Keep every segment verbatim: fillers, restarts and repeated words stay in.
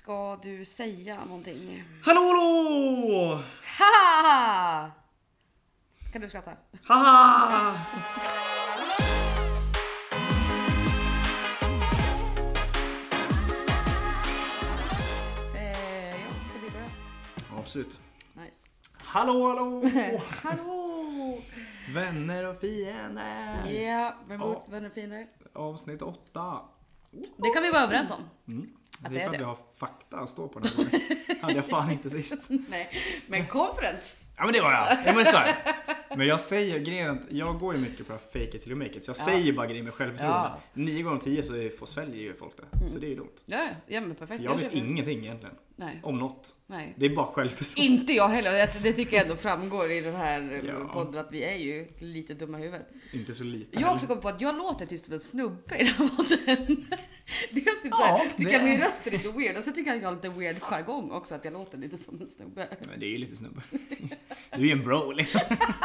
ska du säga någonting? Hallå, hallå! Haha! Kan du skratta? Haha! Eh, ja, ska vi börja? Absolut. Nice. Hallå, hallå! Hallå! Vänner och fiender. Ja, vem Ja. mot vänner och fiender? Avsnitt åtta. Det kan vi vara överens om. Mm. Att Det det är är för att det. jag har fakta att stå på den här gången. Hade jag fan inte sist. Nej, men confident. Ja, men det var jag. Ja, men så här. Men jag säger grejen att jag går ju mycket på att fake it till you make it. Så jag Ja. säger bara grejer med självförtroende. Ja. Nio gånger av tio så är- får sväljer ju folk det. Mm. Så det är ju dumt. Ja, ja men perfekt. Jag vet köper det. ingenting egentligen. Nej, Om något. nej. Det är bara självförtroende. Inte jag heller. Det, det tycker jag ändå framgår i den här Ja. podden att vi är ju lite dumma i huvudet. Inte så lite. Jag har också kommit på att jag låter typ som en snubbe i den här podden. Dels typ Ja, såhär, tycker jag det- min röst är lite weird. Och så tycker jag att jag har lite weird jargong också, att jag låter lite som en snubbe. Men det är ju lite snubbe. Du är ju en bro liksom.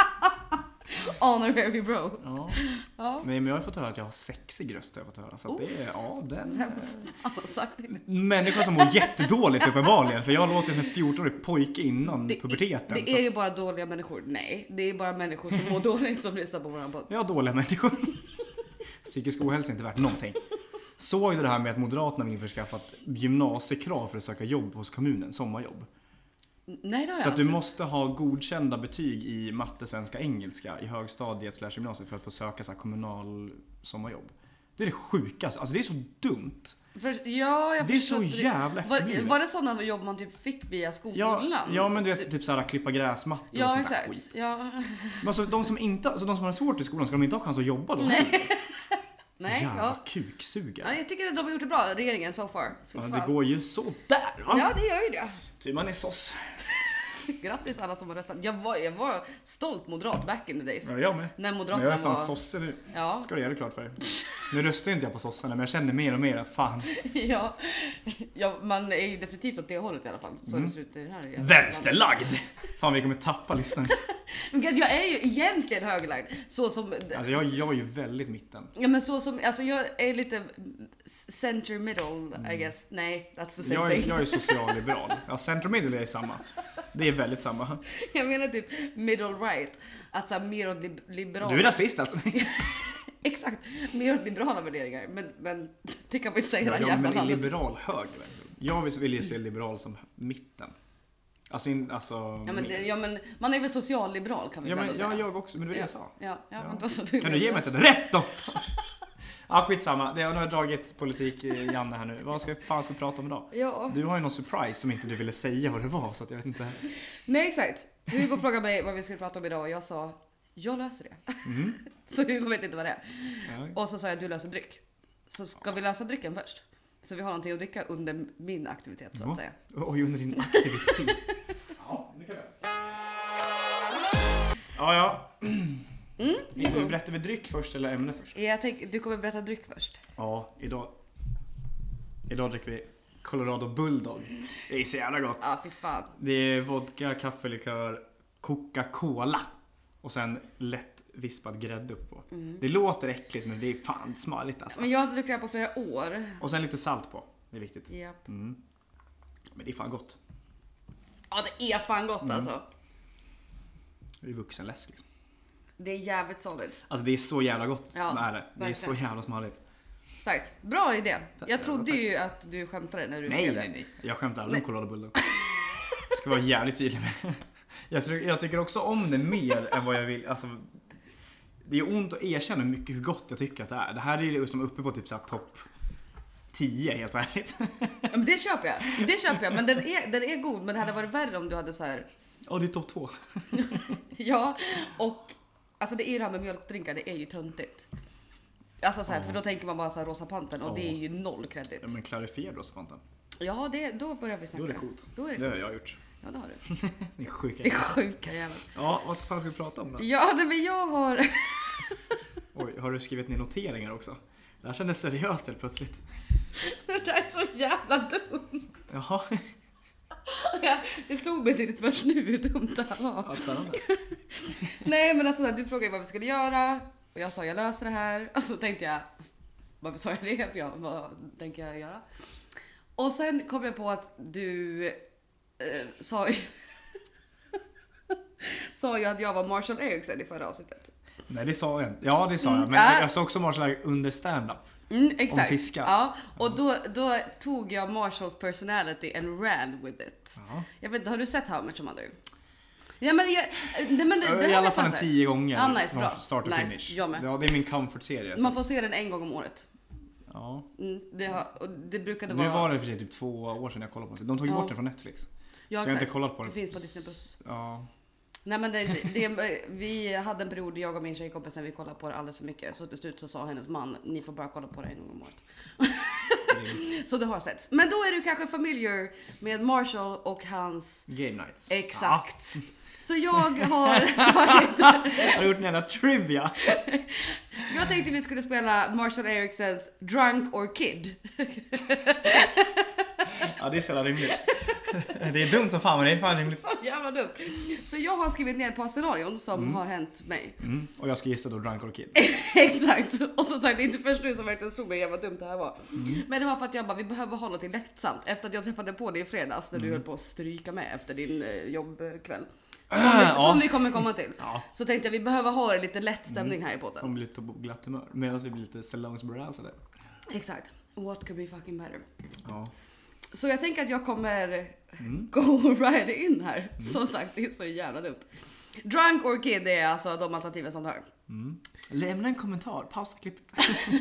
Honorary bro. Ja. Ja. Men jag har fått höra att jag har sexig röst. Har jag fått höra. Så att det är, ja, den... Vem fan har sagt det? Människor som mår jättedåligt uppenbarligen. För jag låter som en fjortonårig pojke innan Det, puberteten. det så är ju att- bara dåliga människor. Nej, det är bara människor som mår dåligt som lyssnar på våran podd. Jag har dåliga människor. Psykisk ohälsa är inte värt någonting. Såg du det här med att Moderaterna vill införskaffa ett gymnasiekrav för att söka jobb hos kommunen, sommarjobb? Nej, det har Så jag att du inte. måste ha godkända betyg i matte, svenska, engelska i högstadiet slash gymnasiet för att få söka så här kommunal sommarjobb. Det är det sjukaste. Alltså det är så dumt. För, ja, jag Det är förstår så att jävla var, efterblivet. var det sådana jobb man typ fick via skolan? Ja, ja men du vet typ såhär klippa gräsmattor och Ja, sånt där exakt. skit. Ja. Men alltså de som inte, alltså de som har det svårt i skolan, ska de inte ha chans att jobba då? Nej. Nej, Jävla ja. kuksugare. Ja, jag tycker att de har gjort det bra, regeringen so far. Fy Ja, fan. det går ju så där va? Ja, det gör ju det. Ty man är sås. Grattis alla som har röstat. Jag var, jag var stolt moderat back in the days. Ja, jag med. När Men Moderaterna jag är fan var... sosse nu. Ja, Ska det göra klart för dig. Nu röstar inte jag på sossarna men jag känner mer och mer att fan. ja, ja, man är ju definitivt åt det hållet i alla fall. Så Mm. det ser ut i det här. jävla Vänsterlagd! Fan vi kommer tappa lyssnaren. Men gud, jag är ju egentligen högerlagd. Så som... Alltså jag, jag är ju väldigt mitten. Ja men så som, alltså jag är lite center middle I guess. Nej, that's the same Jag är, thing. jag är socialliberal. Ja, center middle är samma. Det är väldigt samma. Jag menar typ middle right. Alltså mer åt lib- liberala. Du är rasist alltså. Exakt, mer åt liberala värderingar. Men, men det kan man inte säga i det Ja, här jag jävla men landet. liberal höger. Jag vill, vill ju se liberal som mitten. Alltså, in, alltså Ja men, det, mer. ja men man är väl socialliberal kan vi Ja, väl men, ändå säga. ja, jag också, men det var det ja. jag sa. Ja, ja, Ja. men då så du Kan du ge mig ett rätt då? Ja, skitsamma. Det har nog dragit politik i Janne här nu. Vad ska vi fan ska vi prata om idag? Ja. Du har ju någon surprise som inte du ville säga vad det var, så att jag vet inte. Nej exakt. Hugo frågade mig vad vi skulle prata om idag och jag sa jag löser det. Mm. Så Hugo vet inte vad det är. Ja. Och så sa jag du löser dryck. Så ska vi lösa drycken först. Så vi har någonting att dricka under min aktivitet så att Ja. säga. Oj, under din aktivitet. Ja, det kan jag. Ja, ja. Mm, Vill Hugo. du berätta med dryck först eller ämne först? Jag tänker, du kommer berätta dryck först. Ja, idag. Idag dricker vi Colorado Bulldog. Det är så jävla gott. Ja, fy fan. Det är vodka, kaffelikör, Coca-Cola och sen lätt vispad grädde upp på. Mm. Det låter äckligt men det är fan smarrigt alltså. Men jag har inte druckit det här på flera år. Och sen lite salt på. Det är viktigt. Japp. Mm. Men det är fan gott. Ja, det är fan gott Mm. alltså. Det är vuxenläsk liksom. Det är jävligt solid. Alltså det är så jävla gott. Ja, är det. Det är så verkligen. jävla smarrigt. Starkt. Bra idé. Tack. Jag trodde Tack. ju att du skämtade när du Nej, skrev det. nej, nej. Jag skämtar aldrig Nej. om Colorado Bulldog. Ska vara jävligt tydlig med. Jag, tror, jag tycker också om det mer än vad jag vill. Alltså, det är ont att erkänna hur mycket hur gott jag tycker att det är. Det här är ju som uppe på typ så här topp tio helt ärligt. Ja, men det köper jag. Det köper jag. Men den är, den är god. Men det hade varit värre om du hade så här. Ja, det är topp två. Ja, och alltså det är ju det här med mjölkdrinkar. Det är ju töntigt. Alltså så här, Ja. för då tänker man bara så här Rosa Pantern. Och Ja. det är ju noll kredit. Ja, men klarifierad då, Spanten. Ja, det, då börjar vi Då snacka. är det coolt. Då är Det det har jag gjort. Ja, det har du. Det är sjuka. Det är sjuka jävlar. Ja, vad fan ska vi prata om då? Ja, det, men jag har... Oj, har du skrivit ner noteringar också? Det här kändes seriöst helt plötsligt. Det där är så jävla dumt. Jaha. Ja, det slog mig inte först nu hur dumt det här var. Ja, spännande. Nej, men alltså, du frågade vad vi skulle göra. Och jag sa jag löser det här. Och så tänkte jag, varför sa jag det? För jag, vad tänker jag göra? Och sen kom jag på att du eh, sa ju sa ju att jag var Marshall Eriksson i förra avsnittet. Nej, det sa jag inte. Ja, det sa jag. Men Mm, äh. jag sa också Marshall Eriksson under stand-up. Mm, exakt. Om fiskar. Ja, och då, då tog jag Marshalls personality and ran with it. Ja. Jag vet inte, har du sett How Much Mother? Ja, men jag, det, men det, det I har alla jag fall en fattat. tio gånger. Ja, nice, från bra. start och Nice, finish. jag med. Ja, det är min comfort-serie. Man så får att- se den en gång om året. Ja. Mm, det, har, och det brukade Nu vara... var det för sig typ två år sedan jag kollade på det. De tog ju Ja. bort det från Netflix. Ja, så jag har exakt. inte kollat på det. Det finns på Disney Plus. Ja. Nej, men det, det, vi hade en period, jag och min tjejkompis, när vi kollade på det alldeles för mycket. Så till slut så sa hennes man, ni får bara kolla på det en gång om året. Så det har setts. Men då är du kanske familiar med Marshall och hans... Game nights. Exakt. Så jag har tagit... Jag har gjort en jävla trivia. Jag tänkte vi skulle spela Marshall Erikssons Drunk or Kid. Ja, det är så jävla rimligt. Det är dumt som fan, men det är fan rimligt. Så jävla dumt. Så jag har skrivit ner ett par scenarion som Mm. har hänt mig. Mm. Och jag ska gissa då Drunk or Kid. Exakt. Och som sagt, det är inte först nu som verkligen slog mig jävla dumt det här var. Mm. Men det var för att jag bara, vi behöver hålla till lättsamt. Efter att jag träffade på dig i fredags när du Mm. höll på att stryka med efter din eh, jobbkväll. Ah, Som, vi, ja. som vi kommer komma till. Ja. Så tänkte jag vi behöver ha lite lätt stämning här i podden. Som blir lite på glatt humör. Medan vi blir lite salongsbrasade. Exakt. What could be fucking better? Ja. Så jag tänker att jag kommer Mm. go right in här. Som sagt, det är så jävla dumt. Drunk or Kid är alltså de alternativen som du har. Mm. Lämna en kommentar. Pausa klippet.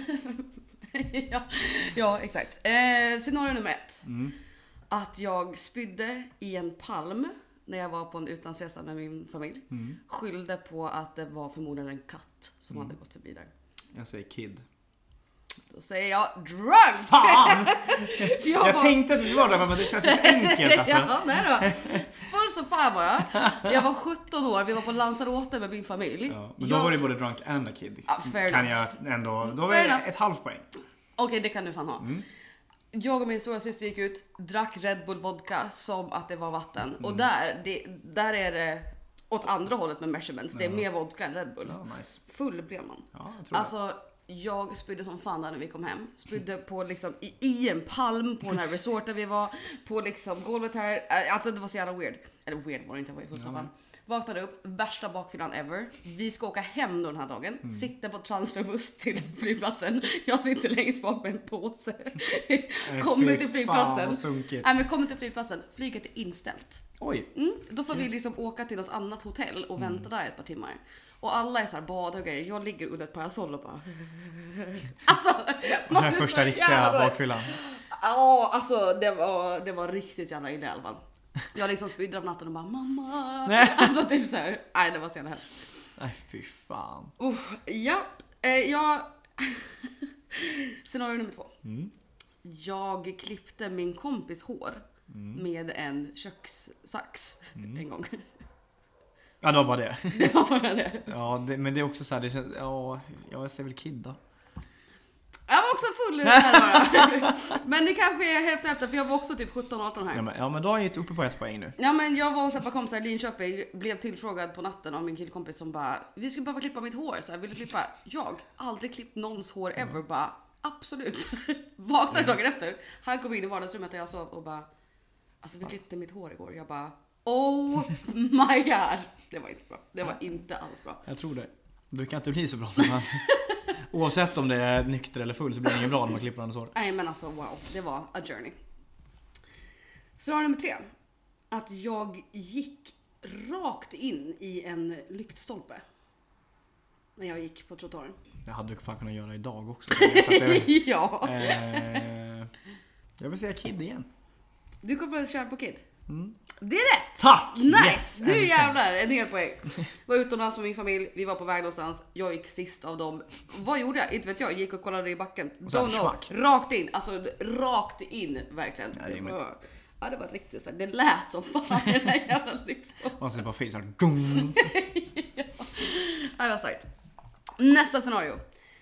ja, ja, exakt. Eh, scenario nummer ett. Mm. Att jag spydde i en palm när jag var på en utlandsresa med min familj. Mm. Skyllde på att det var förmodligen en katt som hade gått förbi där. Jag säger Kid. Då säger jag drunk! Fan! jag Jag var... tänkte att det skulle vara det, men det känns så enkelt alltså. ja, nej då. Full så fan var jag. Jag var sjutton år, vi var på Lanzarote med min familj. Ja, men jag... då var det både drunk and a kid. Ja, fair kan enough. jag ändå, då var Fair det enough. ett halvt poäng. Okej, det kan du fan ha. Mm. Jag och min stora syster gick ut, drack Red Bull vodka som att det var vatten. Mm. Och där, det, där är det åt andra hållet med measurements. Det är Ja. mer vodka än Red Bull. Ja, nice. Full blev man. Ja, jag tror Alltså, jag spydde som fan där när vi kom hem. Spydde på liksom i, i en palm på den här resorten vi var. På liksom golvet här. Alltså det var så jävla weird. Eller weird var det inte, jag var i full Ja. fall. Vaknade upp, värsta bakfyllan ever. Vi ska åka hem då den här dagen. Mm. Sitter på transferbuss till flygplatsen. Jag sitter längst bak med en påse. det. Kommer Fy till Fan, flygplatsen. vad sunkigt. Nej men kommer till flygplatsen. Flyget är inställt. Oj. Mm, då får vi liksom åka till något annat hotell och vänta där ett par timmar. Och alla är så här badar och grejer. Jag ligger under ett parasoll och bara... Alltså, Den man här är första så riktiga jävla- bakfyllan. Ja, alltså det var, det var riktigt jävla illa i alla fall. Jag liksom spydde av natten och bara mamma. Nej. Alltså typ så här. Nej, det var så jävla hemskt. Nej, fy fan. Uh, ja, eh, jag... Scenario nummer två. Mm. Jag klippte min kompis hår med en kökssax Mm. en gång. Ja, det var bara det. Det var bara det. Ja, det, men det är också så här, det känns, ja, jag säger väl Kid då. Jag var också full i det här. Men det kanske är hälften efter, för jag var också typ sjutton arton här. Ja, men, ja, men då har jag gett uppe på ett poäng nu. Ja, men jag var hos ett par kompisar i Linköping, blev tillfrågad på natten av min killkompis som bara, vi skulle bara klippa mitt hår, så jag ville klippa. Jag, aldrig klippt någons hår ever, bara absolut. Vaknade dagen efter, han kom in i vardagsrummet där jag sov och bara, alltså vi klippte mitt hår igår. Jag bara, oh my god. Det var inte bra, det var inte alls bra. Jag tror det. Det brukar inte bli så bra när man, oavsett om det är nykter eller full så blir det inget bra när man klipper hans hår. Nej men alltså wow, det var a journey. Scenario nummer tre. Att jag gick rakt in i en lyktstolpe. När jag gick på trottoaren. Det hade du fan kunnat göra idag också. Så att det, ja. eh, jag vill säga Kid igen. Du kommer att köra på Kid. Mm. Det är rätt! Tack! Nice! Yes! Nu Äntligen. jävlar, en hel poäng. Var utomlands med min familj, vi var på väg någonstans. Jag gick sist av dem. Vad gjorde jag? Inte vet jag, gick och kollade i backen. Och sen Don't know. schmack. Rakt in, alltså rakt in verkligen. Ja, det är det, mitt. var, ja, det var riktigt starkt. Det lät som fan i den här jävla lyktstolpen. Man ser bara fel såhär. Dum. Ja, det var starkt. Nästa scenario.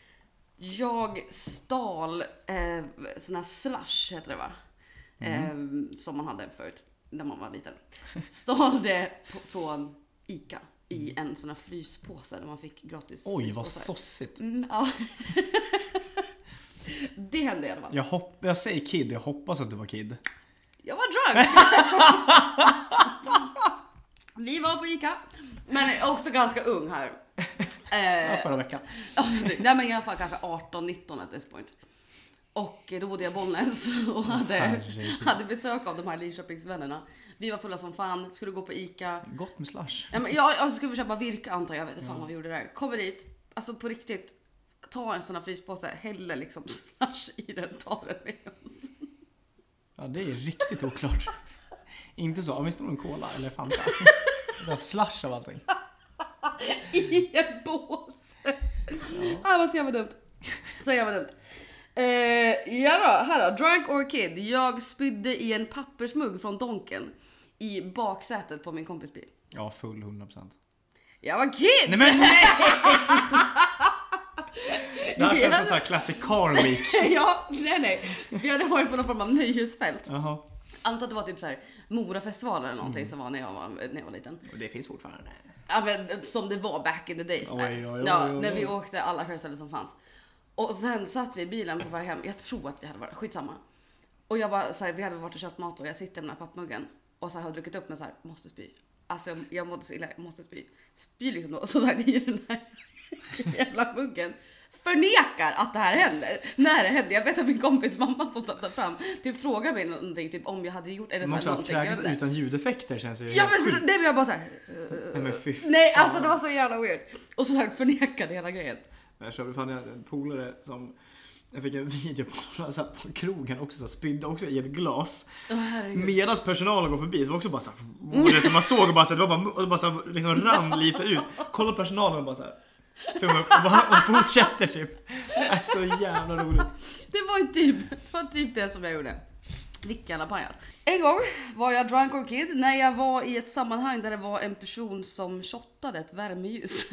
Jag stal eh, sån här slush heter det va? Mm. Eh, som man hade förut när man var liten. Stal det på, från Ica i en sån här flyspåse där man fick gratis Oj, vad flyspåsar. sossigt. Mm, ja. Det hände i alla fall. Jag, hopp, jag säger kid, jag hoppas att du var kid. Jag var drunk. Vi var på Ica. Men också ganska ung här. Ja, förra veckan. Nej, men i alla fall kanske arton nitton at this point. Och då bodde jag i Bollnäs och hade, hade besök av de här Linköpingsvännerna. Vi var fulla som fan, skulle gå på Ica. Gott med slush. Ja, men jag, alltså skulle vi köpa virka antar jag, vet inte fan ja. vad vi gjorde där. Kommer dit, alltså på riktigt, ta en sån här fryspåse, häller liksom slush i den, tar den med oss. Ja, det är riktigt oklart. Inte så, om vi står en cola eller Fanta. Det är slush av allting. I en påse. Ja. Ah, vad så jävla dumt. Så jävla dumt. Eh, ja då, här då. Drunk or kid. Jag spydde i en pappersmugg från Donken i baksätet på min kompis bil. Ja, full hundra procent. Jag var kid! Nej men nej! Det här känns som så här classic car week. Ja, nej nej. Vi hade varit på någon form av nöjesfält. Jaha. Antar att det var typ så här Morafestival eller någonting mm. som var när jag var, när jag var liten. Och det finns fortfarande. Ja, men som det var back in the days. Oj, oj, oj, ja, oj, oj. när vi åkte alla körställen som fanns. Och sen satt vi i bilen på väg hem. Jag tror att vi hade varit skitsamma. Och jag bara så här, vi hade varit och köpt mat och jag sitter med den här pappmuggen och så här, har druckit upp med så här, måste spy. Alltså jag, jag mådde så illa, jag måste spy. Spy liksom då och så där i den här jävla muggen. Förnekar att det här händer. När det händer. Jag vet att min kompis mamma som satt där fram typ frågar mig någonting typ om jag hade gjort eller så här någonting. Man måste utan ljudeffekter känns ju. Ja men det var jag bara så här. Nej, men fy nej alltså det var så jävla weird. Och så här förnekade hela grejen. Jag köpte fan en polare som jag fick en video på, så här, på krogen också så här, spydde också i ett glas. Oh, medan personalen går förbi så var också bara så här, det man såg och bara så här, det var bara, och bara så här, liksom rann lite ut. Kolla personalen och bara så här tumme upp och, bara, och fortsätter typ. Det är så jävla roligt. Det var ju typ, det var typ det som jag gjorde. Vilka alla pajas. En gång var jag drunk or kid när jag var i ett sammanhang där det var en person som shottade ett värmeljus.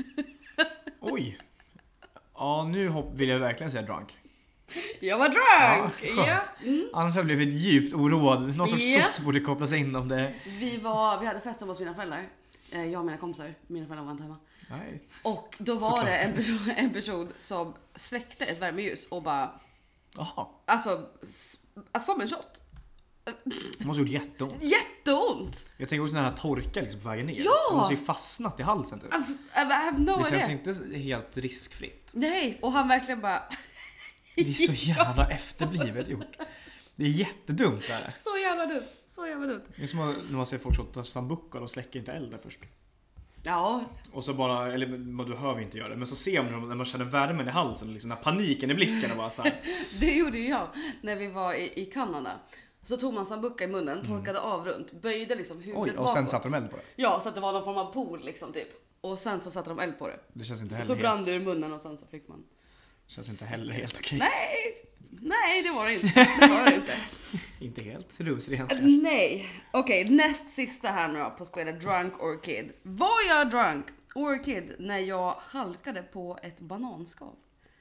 Oj. Ja, nu vill jag verkligen säga drunk. Jag var drunk! Ja, ja. Mm. Annars har jag blivit djupt oroad. Någon sorts yeah. soc borde kopplas in om det. Vi, var, vi hade festen hos mina föräldrar. Jag och mina kompisar. Mina föräldrar var inte hemma. Nej. Och då var Såklart. det en person, en person som släckte ett värmeljus och bara... Jaha. Alltså, alltså som en shot. Det måste ha gjort jätteont. Jätteont! Jag tänker också när den här torkar liksom på vägen ner. Ja! Det måste ju fastnat i halsen typ. I, I have no det känns idea. inte helt riskfritt. Nej, och han verkligen bara... Det är så jävla efterblivet gjort. Det är jättedumt där. Så jävla dumt. Så jävla dumt. Det är som när man ser folk shotta sambuckar och släcker inte elden först. Ja. Och så bara, eller du behöver inte göra det, men så ser man när man känner värmen i halsen, liksom, när paniken i blicken och bara så här. Det gjorde ju jag när vi var i, i Kanada. Så tog man sambucka i munnen, torkade mm. av runt, böjde liksom huvudet bakåt. Oj, och sen satte de eld på det? Ja, så att det var någon form av pool liksom typ. Och sen så satte de eld på det. Det känns inte heller så brann helt... det i munnen och sen så fick man... Det känns inte heller helt okej. Nej, nej det var det inte. Det var det inte. Inte helt rumsrent. Nej. Okej, okay, näst sista här nu då på spelet Drunk or Kid. Var jag drunk or kid när jag halkade på ett bananskal?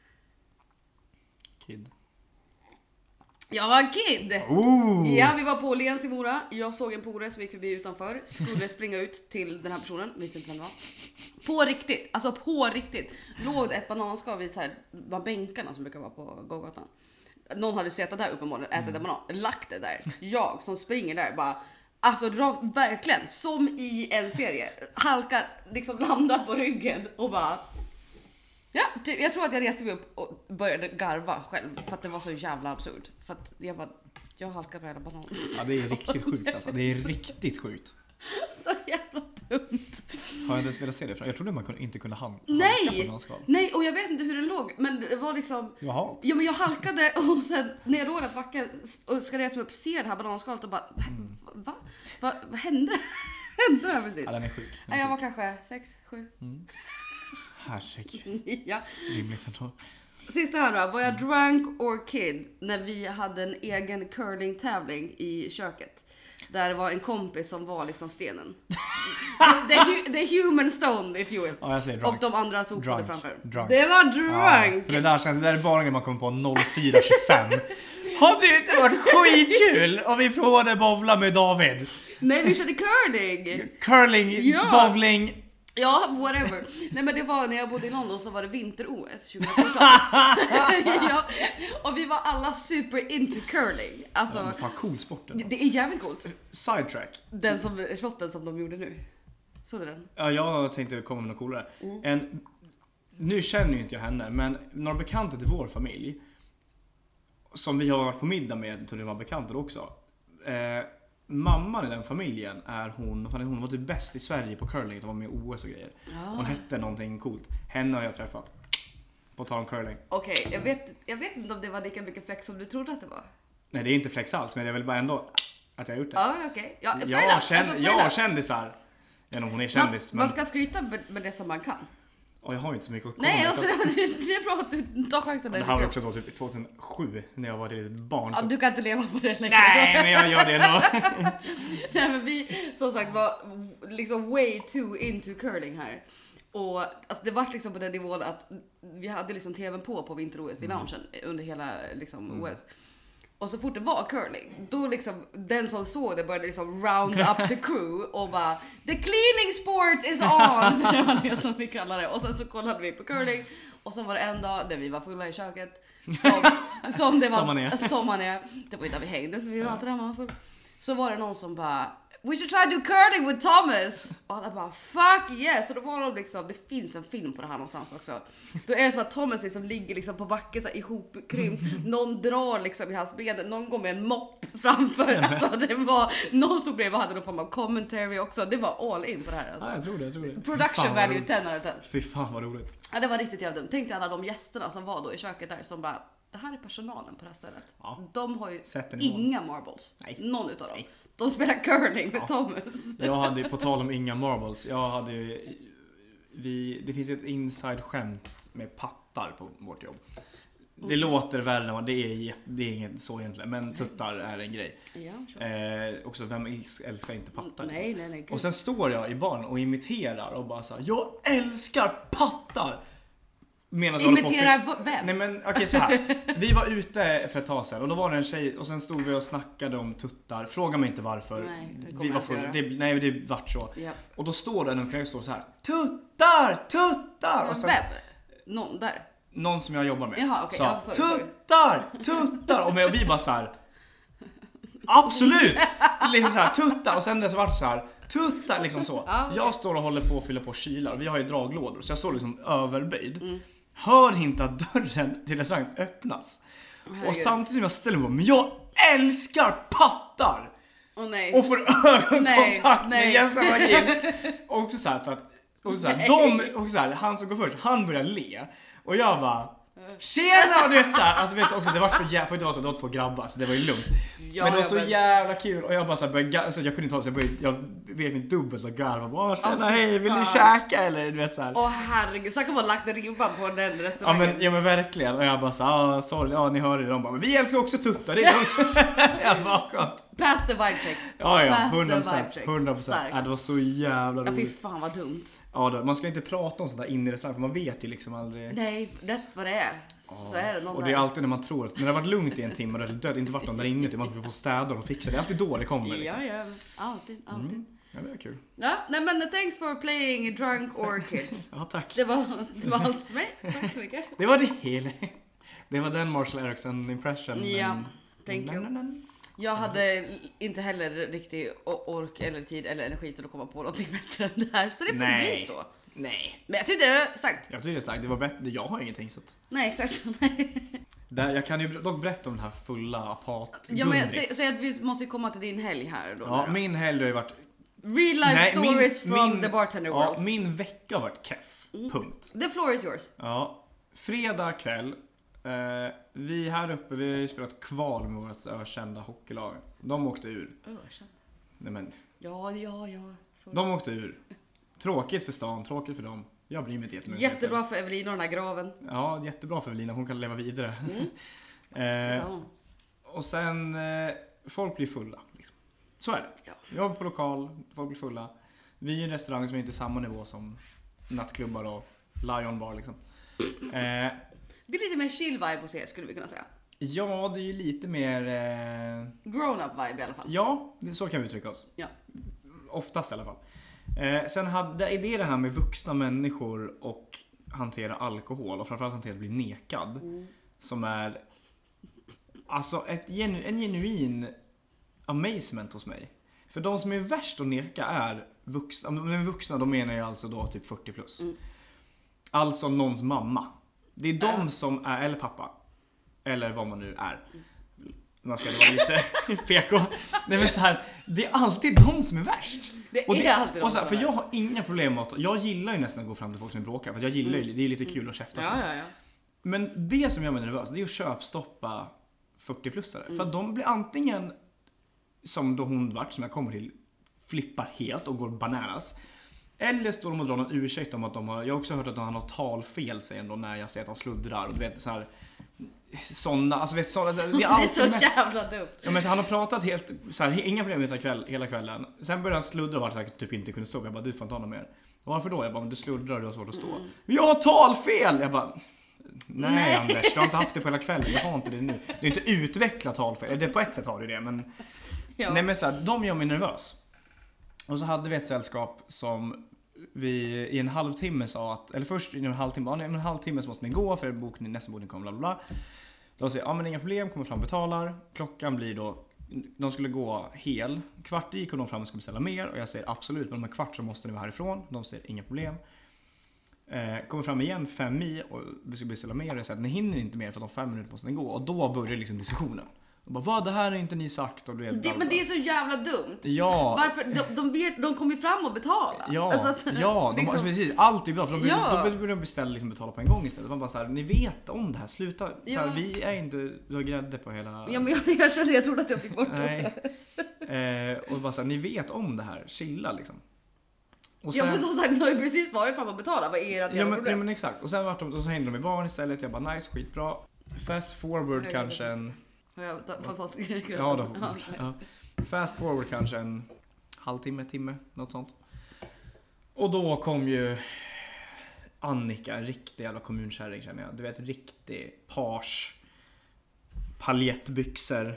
Kid. Jag var kid! Ooh. Ja, vi var på Åhléns i Mora. Jag såg en polare som gick förbi utanför. Skulle springa ut till den här personen. Visste inte vem det var. På riktigt, alltså på riktigt. Låg det ett bananskal vid så här, var bänkarna som brukar vara på gågatan. Någon hade suttit där uppenbarligen, ätit mm. en banan, lagt det där. Jag som springer där bara, alltså verkligen som i en serie. Halkar, liksom landar på ryggen och bara... Ja, typ, jag tror att jag reste mig upp och började garva själv för att det var så jävla absurd. För att jag bara, jag halkade på hela banan. Ja, det är riktigt sjukt alltså. Det är riktigt sjukt. Så jävla dumt. Har jag ens velat se det? Jag trodde man inte kunde halka Nej, på någon skal. Nej, och jag vet inte hur den låg. Men det var liksom... Jaha. Ja, men jag halkade och sen när jag låg där på backen och ska resa mig upp, ser det här bananskalet och bara, mm. va? va? Vad hände? hände det här precis? Ja, den är sjuk. Den är ja, jag var sjuk. kanske sex, sju. Mm. Herregud. Ja. Rimligt ändå. Sista här då. Var jag drunk or kid när vi hade en egen curling-tävling i köket? Där det var en kompis som var liksom stenen. the, the, the human stone, if you will. Ja, jag säger drunk. Och de andra sopade drunk. framför. Drunk. Det var drunk! Ja, för det där känns, det där är bara när man kommer på noll fyra tjugofem. Har det inte varit skitkul om vi provade bowla med David? Nej, vi körde curling! Curling, ja. bowling, Ja, whatever. Nej men det var när jag bodde i London så var det vinter-O S tjugofjorton. Ja, och vi var alla super into curling. Alltså, Ja, fan cool sporten. det, det är jävligt coolt. Sidetrack. Den som, shotten som de gjorde nu. Såg du den? Ja, jag tänkte komma med något coolare. Mm. En, nu känner ju inte jag henne, men några bekanta till vår familj som vi har varit på middag med, till var bekanta också. Eh, mamman i den familjen är hon, hon var typ bäst i Sverige på curling, de var med i O S och grejer. Ja. Hon hette någonting coolt. Henne har jag träffat. På tal om curling. Okej, okay, jag, vet, jag vet inte om det var lika mycket flex som du trodde att det var. Nej, det är inte flex alls, men jag vill bara ändå att jag har gjort det. Ja, okej. Okay. Ja, jag känner alltså, jag kändisar. Ja, hon är kändis, man, men... man ska skryta med, med det som man kan. Och jag har ju inte så mycket att komma Nej, med, alltså, så... det, det är bra att du tar chansen. Det här var också då typ tjugohundrasju när jag var ett litet barn. Ja, så... du kan inte leva på det längre. Nej, men jag gör det ändå. Nej, men vi som sagt var liksom way too into curling här. Och alltså, det var liksom på den nivån att vi hade liksom tvn på på vinter-O S i loungen mm. under hela liksom mm. O S. Och så fort det var curling, då liksom den som såg det började liksom round up the crew och bara the cleaning sport is on. Det var det som vi kallade det. Och sen så kollade vi på curling och så var det en dag där vi var fulla i köket. Som, som det var, som man är. Som man är. Det var ju där vi hängde så vi var alltid där man var full. Så var det någon som bara we should try to do curling with Thomas. Och alla bara fuck yes. Så då var de liksom, det finns en film på det här någonstans också. Då är det som att Thomas liksom ligger liksom på backen så här ihopkrympt. Någon drar liksom i hans ben. Någon går med en mopp framför. Alltså det var, någon stod bredvid och hade någon form av commentary också. Det var all in på det här alltså. Ja, jag tror det, jag tror det. Production value tio out of tio. Fy fan vad roligt. Ja, det var riktigt jävligt dumt. Tänk dig alla de gästerna som var då i köket där som bara, det här är personalen på det här stället. Ja. De har ju inga marbles. Nej. Någon utav dem. Nej. De spelar curling med ja. Thomas. Jag hade, på tal om inga marbles, jag hade ju, vi, det finns ett inside-skämt med pattar på vårt jobb. Det okay. låter värre än vad det är, det är inget så egentligen, men tuttar är en grej. Ja, sure. eh, också, vem älskar inte pattar? Nej, nej, nej, och sen står jag i baren och imiterar och bara så här, jag älskar pattar! Imiterar på... vem? Nej men okej okay, så här. Vi var ute för ett tag sedan och då var det en tjej och sen stod vi och snackade om tuttar. Fråga mig inte varför. Nej, det vi var full, det, nej det vart så. Yep. Och då står det en kille står så här. Tuttar, tuttar. Och sen, vem? Någon där. Någon som jag jobbar med. Jaha, okay. Så, ja, sorry, tuttar, tuttar och vi bara så här. Absolut. Liksom så här tuttar och sen det så vart så här. Tuttar liksom så. Ja, okay. Jag står och håller på att fylla på kylar. Vi har ju draglådor så jag står liksom överböjd. Mm. Hör inte att dörren till restaurangen öppnas. Herregud. Och samtidigt som jag ställer mig, men jag älskar pattar. Oh, nej. Och får ögonkontakt nej, med gästerna in. Och också så här för att och så här, de och så här, han som går först, han börjar le och jag bara tjena, du vet så här, alltså vet du, också det var så jävla, för det var så det var två grabbar så det var ju lugnt. Ja, men det var så men... jävla kul och jag bara så här började, alltså jag kunde inte hålla så jag började, jag vet min dubbelt och garva bara tjena, oh, hej, vill ni käka eller du vet så här. Åh oh, herregud, så kan man lagt en ribban på den restaurangen. Ja men, ja men verkligen och jag bara så ah, sorry, ja ni hör det, de bara men vi älskar också tuttar, det är lugnt. Jag bara skönt. Pass the vibe check. Ja ja, hundra procent. hundra procent. Ja, det var så jävla roligt. Ja fy fan vad dumt. Ja, då, man ska inte prata om sånt där inne i restaurang för man vet ju liksom aldrig. Nej, det vad det är. Ja. Så är det någon och det är alltid när man tror att när det har varit lugnt i en timme och det är död, inte varit någon där inne, man får på städer och fixa det. Det är alltid då det kommer liksom. Ja, ja, alltid, alltid. Mm. Ja, det är kul. Ja, nej men thanks for playing drunk orchid. Ja, tack. Det var, det var allt för mig. Tack så mycket. Det var det hela. Det var den Marshall Eriksson impression. Ja, men... thank you. Mm, mm. Jag hade inte heller riktig ork eller tid eller energi till att komma på någonting bättre än det här. Så det får bli så. Nej. Men jag tyckte det var starkt. Jag tyckte det var starkt. Det var bättre. Jag har ingenting så att... Nej, exakt. Där, jag kan ju dock berätta om den här fulla apat. Ja, men säg, säg att vi måste komma till din helg här då. Ja, min helg har ju varit... Real life Nej, stories min, from min, the bartender world. Ja, min vecka har varit keff. Mm. Punkt. The floor is yours. Ja, fredag kväll. Eh, vi här uppe, vi har ju spelat kval med vårt ökända hockeylag. De åkte ur. Ökänd? Nej men. Ja, ja, ja. Sorry. De åkte ur. Tråkigt för stan, tråkigt för dem. Jag bryr mig inte jättemycket. Jättebra för Evelina och den här graven. Ja, jättebra för Evelina. Hon kan leva vidare. Mm. eh, och sen, eh, folk blir fulla. Liksom. Så är det. Ja. Jag är på lokal, folk blir fulla. Vi är en restaurang som är inte samma nivå som nattklubbar och Lion Bar liksom. Eh, det är lite mer chill vibe hos er skulle vi kunna säga. Ja, det är ju lite mer... Eh... grown up vibe i alla fall. Ja, det, så kan vi uttrycka oss. Ja. Oftast i alla fall. Eh, sen hade är det det här med vuxna människor och hantera alkohol och framförallt hantera att bli nekad. Mm. Som är alltså ett genu, en genuin amazement hos mig. För de som är värst att neka är vuxna. Men vuxna, då menar jag alltså då typ fyrtio plus. Mm. Alltså någons mamma. Det är de äh. som är, eller pappa. Eller vad man nu är. Man ska vara lite P K. Nej, men så här, det är alltid de som är värst. Det är och det, alltid och de så här, som för jag har inga problem med att, jag gillar ju nästan att gå fram till folk som bråkar. För jag gillar ju, det är lite kul att käfta. Ja, ja, ja. Men det som gör mig nervös, det är att köpstoppa fyrtio-plussare. Mm. För att de blir antingen, som då hon vart, som jag kommer till, flippar helt och går bananas. Eller står de och drar någon ursäkt om att de har, jag har också hört att de har något talfel, säger de då, när jag säger att de sluddrar. Och du vet så här, såna, alltså vet såna, det är, det är så mest, jävla dumt. Ja, men så han har pratat helt så här, inga problem hela, kväll, hela kvällen. Sen började han sluddra och var säkert typ inte kunde stå. Jag bara, du får inte ha något mer. Varför då? Jag bara, men du sluddrar och du har svårt att stå. Mm. Jag har talfel! Jag bara, nej, nej Anders, du har inte haft det på hela kvällen. Jag har inte det nu. Det är inte utvecklat talfel. Det på ett sätt har du det, men ja. Nej, men så här, de gör mig nervös. Och så hade vi ett sällskap som vi i en halvtimme sa att, eller först i en halvtimme, ja, en halvtimme så måste ni gå för boken, nästa boken kommer, bla bla bla. Då säger, ja men inga problem, kommer fram, betalar. Klockan blir då, de skulle gå hel. Kvart i kom de fram och skulle beställa mer. Och jag säger absolut, men om en kvart så måste ni vara härifrån. De säger, inga problem. Eh, kommer fram igen fem i och vi ska beställa mer. Och jag säger, ni hinner inte mer för att om fem minuter måste ni gå. Och då börjar liksom diskussionen. Och bara, vad, det här är inte ni sagt. Och du vet, det, men det är så jävla dumt. Ja. Varför? De, de, vet, de kommer ju fram och betala. Ja, alltså att, ja de, liksom, alltså, precis, allt är bra. För de, ja. de börjar beställa liksom, betala på en gång istället. Man bara så här, ni vet om det här. Sluta. Så här, ja. Vi är inte, du har grädde på hela. Ja, men jag, jag kände, jag trodde att jag fick bort det. eh, och bara så här, ni vet om det här. Chilla liksom. Och sen, ja, för som sagt, ni har ju precis varit fram och betala. Vad är ert ja, men, problem? ja, men exakt. Och sen vart de, och så hängde de i barn istället. Jag bara, nice, skitbra. Fast forward kanske en... Har jag fått fått ja, då, ja, ja. Fast forward kanske en halvtimme, timme, något sånt. Och då kom ju Annika, en riktig jävla kommunkärring känner jag. Du vet, riktig page, paljettbyxor,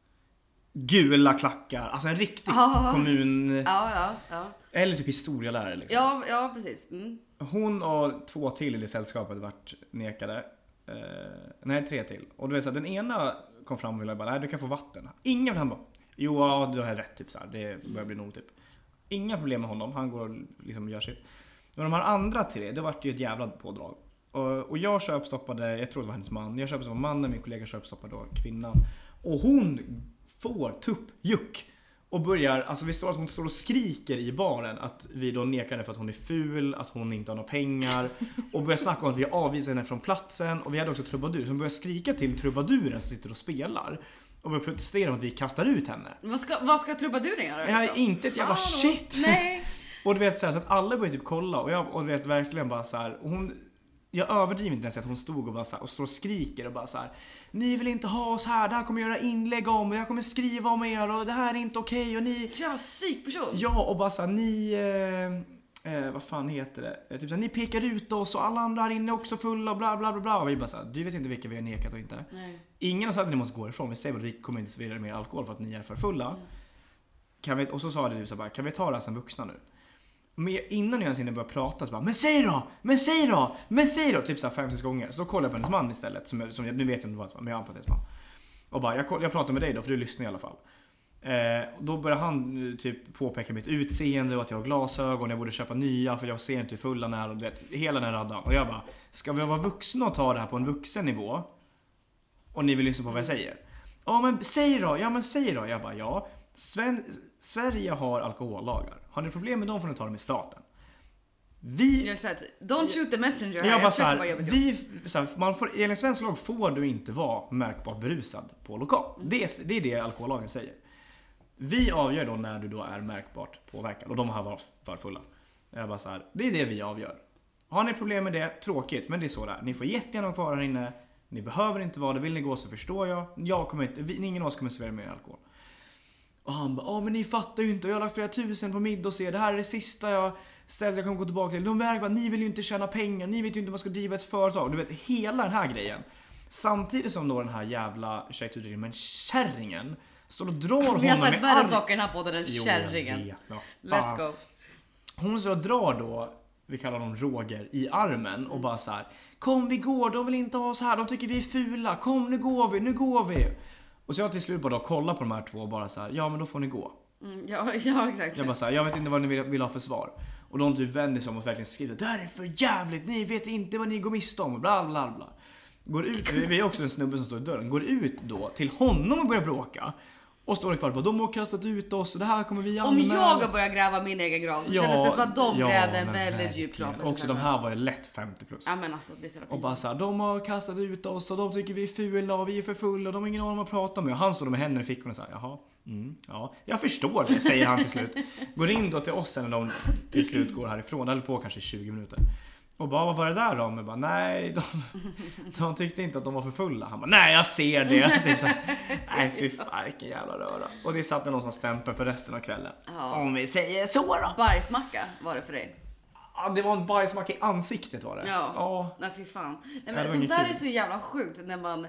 gula klackar. Alltså en riktig ah, kommun... Ja, ja, ja. Eller typ historielärare liksom. Ja, ja precis. Mm. Hon och två till i det sällskapet vart nekade. Uh, nej, tre till. Och du vet så här, den ena kom fram och ville bara, nej du kan få vatten. Ingen, han bara, jo ja, du har rätt typ så här. Det börjar bli nog typ. Inga problem med honom, han går och liksom gör sitt. Men de här andra tre, det vart ju ett jävla pådrag. Och, och jag köpstoppade, jag tror det var hennes man. Jag köpstoppade mannen, min kollega köpstoppade då kvinnan. Och hon får tupp, juck. Och börjar, alltså vi står att hon står och skriker i baren att vi då nekar henne för att hon är ful, att hon inte har några pengar. Och börjar snacka om att vi avvisar henne från platsen. Och vi hade också trubadur som börjar skrika till trubaduren som sitter och spelar. Och börjar protestera om att vi kastar ut henne. Vad ska, vad ska trubaduren göra? Liksom? Jag är inte ett jävla Hallå. shit. Nej. Och du vet så, här, så att alla börjar typ kolla. Och jag och du vet verkligen bara så här. Och hon... Jag överdriver inte ens att hon stod och, bara så här, och står och skriker och bara så här: ni vill inte ha oss här, det här kommer jag göra inlägg om och jag kommer skriva om er och det här är inte okej okay, och ni... Så jävla psykperson. Ja, och bara så här, ni... Eh, eh, vad fan heter det? Typ så här, ni pekar ut oss och alla andra här inne är också fulla och bla bla bla bla. Och vi bara så här, du vet inte vilka vi har nekat och inte. Nej. Ingen har sagt att ni måste gå ifrån. Vi säger att vi kommer inte servera mer alkohol för att ni är för fulla. Mm. Kan vi, och så sa det typ så här, kan vi ta det här som vuxna nu? Men innan jag ens hinner börja prata så bara, men säg då, men säg då, men säg då, typ så här fem, sex gånger. Så då kollar jag på hennes man istället, som, som nu vet jag inte vad det var, men jag antar att det är man. Och bara, jag, jag pratar med dig då, för du lyssnar i alla fall. Eh, då börjar han typ påpeka mitt utseende och att jag har glasögon, jag borde köpa nya för jag ser inte hur fulla när och du vet, hela den här raddan. Och jag bara, ska vi vara vuxna och ta det här på en vuxen nivå? Och ni vill lyssna på vad jag säger? Ja men säg då, ja men säg då. Jag bara, ja. Sven- Sverige har alkohollagar. Har ni problem med dem får ni ta dem i staten. Vi... Jag har sagt, don't shoot the messenger. Jag bara så här, vi, så här, man får, enligt svensk lag får du inte vara märkbart berusad på lokal. Mm. Det, är, det är det alkohollagen säger. Vi avgör då när du då är märkbart påverkad. Och de har varit för fulla. Jag bara så här, det är det vi avgör. Har ni problem med det, tråkigt, men det är så där. Ni får jättegärna vara kvar här inne. Ni behöver inte vara det, vill ni gå så förstår jag. Jag kommer inte, vi, ingen av oss kommer servera mer alkohol. Och han bara, ja men ni fattar ju inte, jag har lagt flera tusen på middag och se, det här är det sista jag ställde, jag kommer gå tillbaka till. De väger bara, ni vill ju inte tjäna pengar, ni vet ju inte hur man ska driva ett företag. Du vet, hela den här grejen. Samtidigt som då den här jävla tjejtutredningen, men kärringen står och drar honom med Vi har sagt värre saker i den här podden än kärringen. Jo, jag vet, Let's go. hon så drar då, vi kallar honom Roger, i armen och bara så här: kom vi går, de vill inte ha oss här, de tycker vi är fula, kom nu går vi, nu går vi. Och så jag till slut bara då kollar på de här två och bara så här: ja men då får ni gå. Mm, ja, ja, exakt. Jag bara så här, jag vet inte vad ni vill, vill ha för svar. Och de typ vänder sig om och verkligen skriver: det här är för jävligt, ni vet inte vad ni går miste om, bla bla bla. Går ut, vi är också en snubbe som står i dörren, går ut då till honom och börjar bråka. Och står kvar på, de har kastat ut oss och det här kommer vi anmäla. Om jag har börjat gräva min egen grav så ja, kändes det som att de ja, grävde en väldigt djup grav. Också de här var ju lätt femtio plus. Ja men alltså det är så och bara så här, de har kastat ut oss och de tycker vi är fula och vi är för fulla och de har ingen aning om att prata med. Och han står med händerna i fickorna och så här: jaha, mm, ja, jag förstår det, säger han till slut. Går in då till oss när de till slut går härifrån, eller på kanske tjugo minuter. Och bara, vad var det där då? Men bara, nej, de, de tyckte inte att de var för fulla. Han bara, nej jag ser det. det är så här, nej fy fan, vilken jävla röra. Och det satt någon som stämpel för resten av kvällen. Ja. Om vi säger så då. Bajsmacka var det för dig. Ja, det var en bajsmacka i ansiktet var det. Ja, ja. Nej fy fan. Nej, det men var sånt där kul. är så jävla sjukt när man...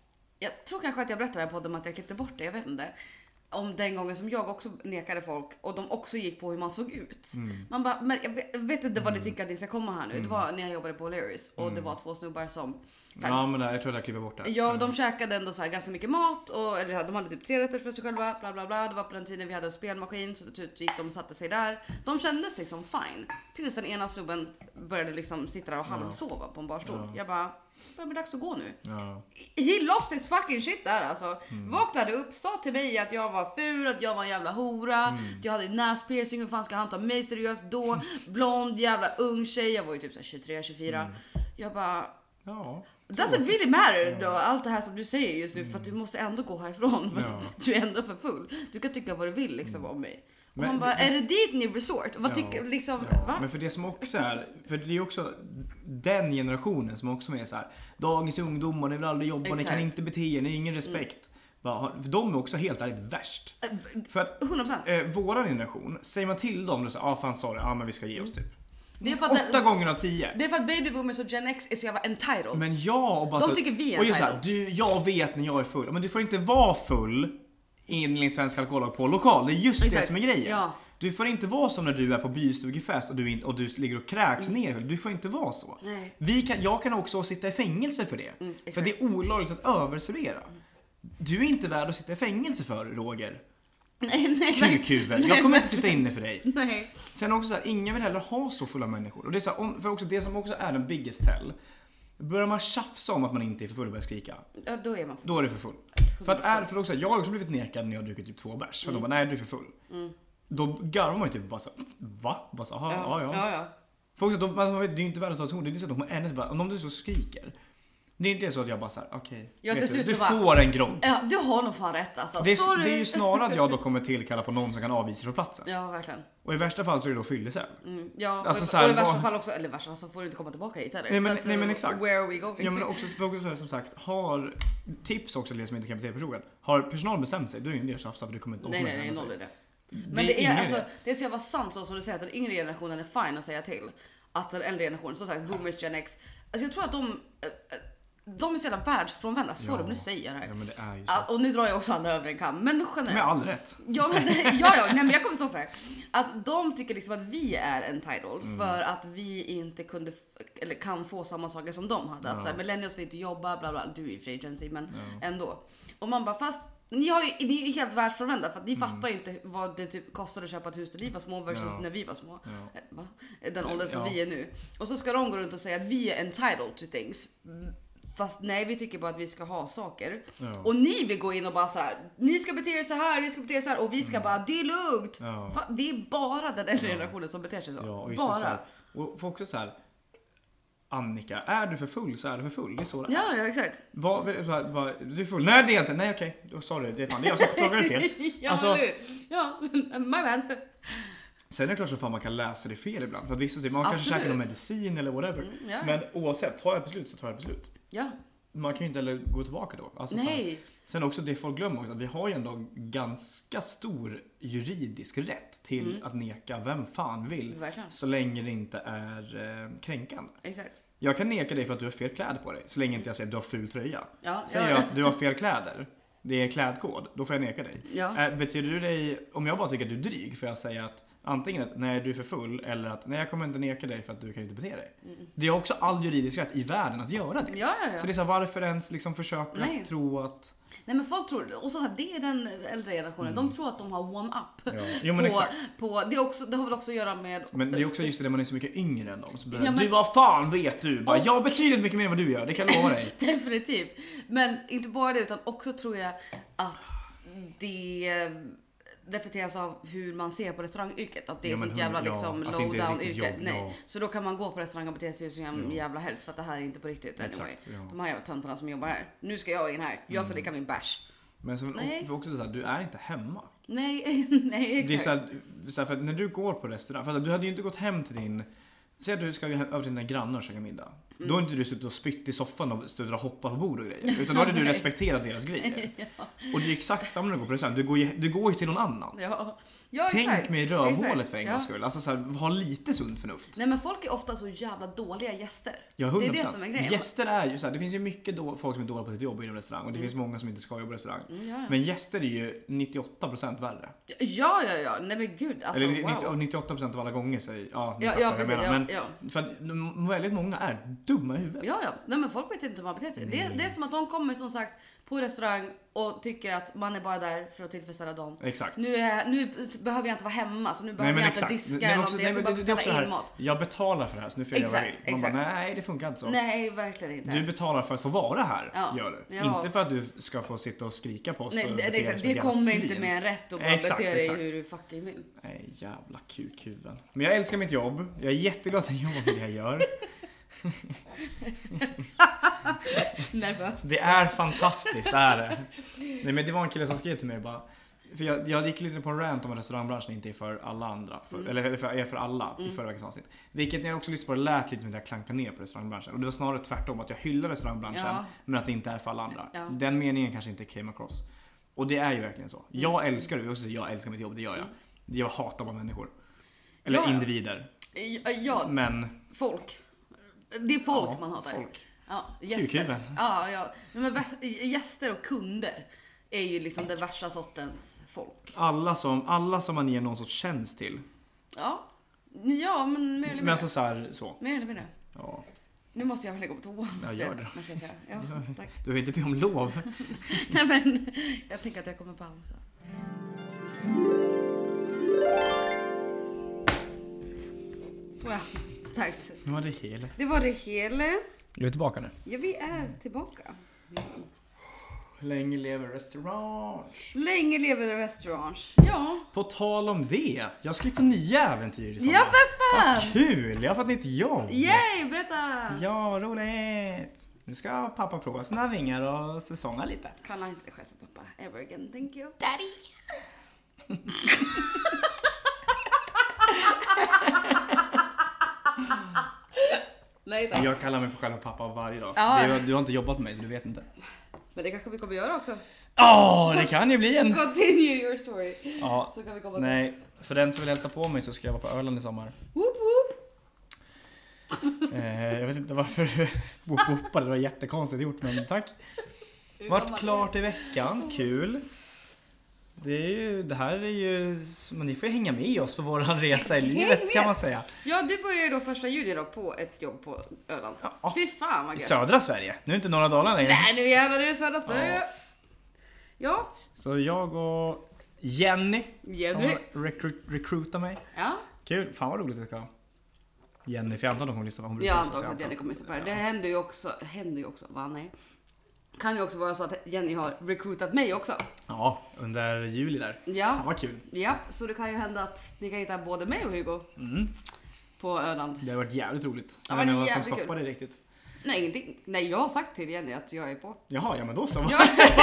Jag tror kanske att jag berättade här på podden att jag klippte bort det, jag vet inte. Om den gången som jag också nekade folk och de också gick på hur man såg ut. Mm. Man bara, men jag vet, jag vet inte vad ni tycker att ni ska komma här nu. Mm. Det var när jag jobbade på O'Learys och mm. det var två snubbar som... Här, ja men det, jag tror jag klipper bort det. Ja, de käkade ändå så här ganska mycket mat och eller, de hade typ tre rätter för sig själva, bla bla bla. Det var på den tiden vi hade en spelmaskin så typ gick de och satte sig där. De kändes liksom fine. Tills den ena snubben började liksom sitta där och halvsova på en barstol. Ja. Jag bara... Det är dags att gå nu. Ja. He lost his fucking shit där alltså. Mm. Vaknade upp, sa till mig att jag var ful, att jag var en jävla hora. Mm. Jag hade näspiercing, hur fan ska han ta mig seriöst då? Blond, jävla ung tjej. Jag var ju typ så tjugotre tjugofyra. Mm. Jag bara... Ja. Does it really matter då? Allt det här som du säger just nu. Mm. För att du måste ändå gå härifrån. För ja. Du är ändå för full. Du kan tycka vad du vill liksom mm. om mig. Och men, man bara, är det dit ni resort? Vad ja, tycker liksom, ja. Va? Men för det som också är, för det är också den generationen som också är så här: dagens ungdomar, ni vill aldrig jobba, Exakt. Ni kan inte bete er, ni har ingen respekt. Mm. För de är också helt ärligt värst. Uh, för att hundra procent. Eh, våran generation, säger man till dem då så, ja ah, fan sorry, ja ah, men vi ska ge oss typ. Det är för att Åtta det, gånger av tio. Det är för att baby boomers och Gen X är så jävla entitled. Men ja, och bara de så, tycker vi är och entitled. Så här, du, jag vet när jag är full. Men du får inte vara full enligt svensk alkohollag på lokal. Det är just Exakt. Det som är grejen. Ja. Du får inte vara som när du är på bystugefest och du, in, och du ligger och kräks mm. ner. Du får inte vara så. Nej. Vi kan, jag kan också sitta i fängelse för det. Mm, för det är olagligt att överservera. Mm. Du är inte värd att sitta i fängelse för, Roger. Nej, nej, Kukhuvud. Jag kommer inte sitta inne för dig. Nej. Sen också så här, ingen vill heller ha så fulla människor. Och det är så här, för också det som också är den biggest tell. Börjar man tjafsa om att man inte är för full och börjar skrika. Ja, då är man för Då är det för full. För att är för också jag har också blivit nekad när jag har druckit typ två bärs. För mm. de bara, nej du är för full. Mm. Då garvar man ju typ bara så, va? Bara så, aha, ja, ja. ja, ja. För också, då, man vet, det är ju inte värre att ta ett ord. Det är inte så att de kommer ännu bara, om de så skriker. Det är inte så att jag bara såhär, okej. Okay, du, du får bara, en grogg. Ja, du har nog fan rätt alltså. Det är, det är ju snarare att jag då kommer tillkalla på någon som kan avvisa från platsen. Ja, verkligen. Och i värsta fall så är det då fyllecell. Mm, ja, alltså, och, så här, och i värsta vad... fall också, eller i värsta fall så får du inte komma tillbaka hit heller. Nej men, att, nej, men exakt. Where are we going? Ja men också, också som sagt, har tips också till det som inte kan bete personen. Har personal bestämt sig, då är ju en del tjafsa för du kommer inte Nej, nej, nej, noll är det. Men det, det är, är alltså, det är så jävla sant så som du säger att den yngre generationen är fine att säga till. Att den äldre generationen, som sagt, boomers, Gen X. Alltså jag tror att de... De är så jävla världsfrånvända, så ja, nu säger jag det här. Ja, men det är ju så. Och nu drar jag också alla över en kam, men generellt. Med all rätt. Ja, men, ja, ja nej, men jag kommer stå för det. Att de tycker liksom att vi är entitled mm. för att vi inte kunde eller kan få samma saker som de hade. Ja. Att så här, millennials vill inte jobba, bla bla, du är i för agency, men ja. Ändå. Och man bara, fast ni, har ju, ni är ju helt världsfrånvända för att ni mm. fattar ju inte vad det typ kostade att köpa ett hus när vi var små versus ja. När vi var små. Ja. Va? Den åldern som ja. Vi är nu. Och så ska de gå runt och säga att vi är entitled to things. Fast nej, vi tycker bara att vi ska ha saker. Ja. Och ni vill gå in och bara så här, ni ska bete er så här, ni ska bete er så här. Och vi ska mm. bara, det är lugnt. Ja. Det är bara den äldre generationen som beter sig så. Ja, och bara. Så här, och för också så här, Annika, är du för full så är du för full. Det är så det är. Ja, ja, exakt. Vad, vad, vad, du är full? Nej, det är inte. Nej, okej. Okay. Sorry, det är fan. Det är jag som tolkar det fel. ja, alltså, ja, my bad. Sen är det klart så fan man kan läsa det fel ibland. För att vissa, man kanske käkar någon medicin eller whatever. Mm, ja. Men oavsett, tar jag ett beslut så tar jag ett beslut. Ja. Man kan ju inte heller gå tillbaka då. Alltså, nej. Sen också det folk glömmer också, att vi har ju ändå ganska stor juridisk rätt till mm. att neka vem fan vill. Verkligen. Så länge det inte är eh, kränkande. Exakt. Jag kan neka dig för att du har fel kläder på dig. Så länge inte jag säger att du har ful tröja. Ja, säger ja. jag att du har fel kläder, det är klädkod, då får jag neka dig. Ja. Äh, betyder du dig, om jag bara tycker att du är dryg, får jag säga att Antingen att nej du är för full eller att nej jag kommer inte neka dig för att du kan inte bete dig. Mm. Det är också all juridisk rätt i världen att göra det. Ja, ja, ja. Så det är så här, varför ens liksom försöka Nej. tro att... Nej men folk tror, och så här, det är den äldre generationen, Mm. de tror att de har one-up. Ja. Jo, men på, exakt. på, det, är också, det har väl också att göra med... Men det är också just det, man är så mycket yngre än dem. Så börjar, Ja, men- du, vad fan vet du? Bara, Och- jag betydligt mycket mer än vad du gör, det kan jag lova dig. Definitivt. Men inte bara det, utan också tror jag att det reflekteras av hur man ser på restaurangyrket. Att det är Ja, så men jävla hund- ja, liksom att det low inte är down riktigt yrke. jobb, Nej. ja. Så då kan man gå på restaurang och bete sig som jävla, Ja. jävla helst för att det här är inte på riktigt anyway. Exakt, ja. De här jävla töntarna som jobbar här. Nu ska jag in här. Jag ska Mm. dricka min bärs. Men så, Nej. och, också så här, du är inte hemma. Nej, nej exakt. Det är så här, så här, för att när du går på restaurang, för att du hade ju inte gått hem till din, säg att du ska över till dina grannar och käka middag. Mm. Då har inte du suttit och spytt i soffan och stått och hoppat på bord och grejer. Utan då hade du Nej. respekterat deras grejer. ja. Och det är exakt samma när du går på restaurang. Du går ju, du går ju till någon annan. Ja. Ja, Tänk exakt. med rövhålet Exakt. för en Ja. gångs skull. Alltså så här, ha lite sunt förnuft. Nej men folk är ofta så jävla dåliga gäster. Ja, det hundra är det procent. som är grejen. Gäster är ju så här, det finns ju mycket då, folk som är dåliga på sitt jobb inom restaurang. Och det finns många som inte ska jobba på restaurang. Mm, ja, ja. Men gäster är ju nittioåtta procent värre. Ja, ja, ja. Nej men gud. Alltså, Eller nittio wow. nittioåtta procent av alla gånger säger ja, ni Ja, fattar ja, vad jag precis. menar. Ja, Men ja. för att de- väldigt många är dumma i huvudet. Ja, ja. Nej men folk vet inte hur man beter sig. Det är, det är som att de kommer som sagt på restaurang och tycker att man är bara där för att tillfredsställa dem. Exakt. Nu, är, nu behöver jag inte vara hemma så nu behöver jag inte diska Nej, men eller också- någonting. Jag ska nej, bara men det- det är också beställa in här, mat. jag betalar för det här så nu får jag göra vad jag Exakt, vill. Man bara, exakt. nej det funkar inte så. Nej, verkligen inte. Du betalar för att få vara här, Ja. gör du. Ja. Inte för att du ska få sitta och skrika på oss Nej, och det, bete det, dig exakt, som ett det jävla kommer svin. inte med en rätt att bara Exakt, bete dig exakt. hur du fucking vill. Nej, jävla kukhuvuden. Men jag älskar mitt jobb. Jag är jätteglad att jag jobbar med det jag gör. Nervös. Det är fantastiskt, det är det. Nej, men det var en kille som skrev till mig bara. För jag, jag gick lite på en rant om att restaurangbranschen inte är för alla andra. För, Mm. Eller för, är för alla i Mm. förra veckans avsnitt. Vilket när jag också lyssnade på det lät lite som att jag klankar ner på restaurangbranschen. Och det var snarare tvärtom att jag hyllar restaurangbranschen. Ja. Men att det inte är för alla andra. Ja. Den meningen kanske inte came across. Och det är ju verkligen så. Jag älskar det. Jag, också, jag älskar mitt jobb, det gör jag. Mm. Jag hatar bara människor. Eller Ja, ja. individer. Ja, ja, Men folk. Det är folk ja, man hatar. folk. Ja, gäster. Kukhuven. Ja, ja. Men väs- gäster och kunder är ju liksom den värsta sortens folk. Alla som, alla som man ger någon sorts tjänst till. Ja, ja men mer eller mindre. Men alltså så här, så. Mer eller mindre. Ja. Nu måste jag väl gå på toa. Ja, måste gör jag- det. måste jag säga. Ja, tack. Du vill inte be om lov. Nej men, jag tänker att jag kommer pausa. Så ja, starkt. Nu var det hela. Det var det hela. Är vi tillbaka nu? Ja, vi är tillbaka. Länge lever restaurang. Länge lever restaurang. Ja. På tal om det. Jag ska på nya äventyr i sommar. Ja, för fan! Vad kul! Jag har fått nytt jobb. Yay, berätta! Ja, vad roligt. Nu ska pappa prova sina vingar och säsonga lite. Kalla inte dig själv för pappa. Ever again, thank you. Daddy. Nej tack. Jag kallar mig för själv pappa varje dag. Ja. Det är- Du har inte jobbat med mig så du vet inte. Men det kanske vi kommer göra också. Åh, det kan ju bli en. Continue your story. Ja, Så kan vi komma nej. För den som vill hälsa på mig så ska jag vara på Öland i sommar. Woop woop. Eh, jag vet inte varför du whoop-whoopade, det var jättekonstigt gjort men tack. Vart klart i veckan, kul. Det, är ju, det här är ju, men ni får ju hänga med oss på våran resa i Häng livet med. kan man säga. Ja, du börjar ju då första juli då på ett jobb på Öland. Ja. Fy fan vad I gött. södra Sverige, nu är inte norra Dalarna längre. Nej, nu jävlar är det södra Sverige. Ja. Ja. Så jag och Jenny, Jenny. som recruit, recruitar mig. Ja. Kul, fan vad roligt det ska vara. Jenny, för jag antar att hon lyssnar vad hon Jag brukar antar också att Jenny kommer lyssna på det. Det händer ju också, händer ju också, va nej. Kan ju också vara så att Jenny har recruitat mig också. Ja, under juli där. Ja. Fan vad kul. Ja, så det kan ju hända att ni kan hitta både mig och Hugo Mm. på Öland. Det har varit jävligt roligt. Ja, Jag vet men inte vad som jävligt stoppar det riktigt. Nej, ingenting. Nej, jag har sagt till Jenny att jag är på. Jaha, ja men då så. Ja,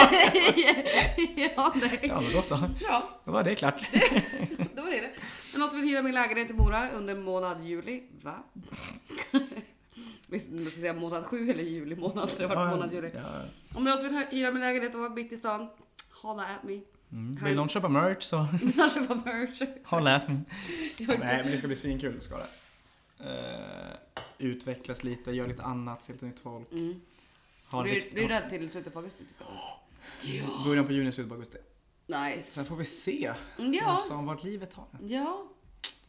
ja nej. Ja men då så. Ja, Då var det klart. då var det det. Men någon som vill hyra min lägenhet i Mora under månad juli, va? Visst, jag ska säga månad sju eller juli månad, så det har varit månad juli. Ja. Om jag vill hyra min lägenhet och vara mitt i stan, holla at me. Mm. Vill någon köpa merch så Vill köpa merch? håll at me. Jag- Nej men det ska bli svinkul ska det. Uh, utvecklas lite, göra lite annat, se lite nytt folk. Mm. Ha Det är, rikt- det är där till slutet på augusti typ. Början på juni, slutet på augusti. Nice. Sen får vi se Ja. som vart livet tar. Ja.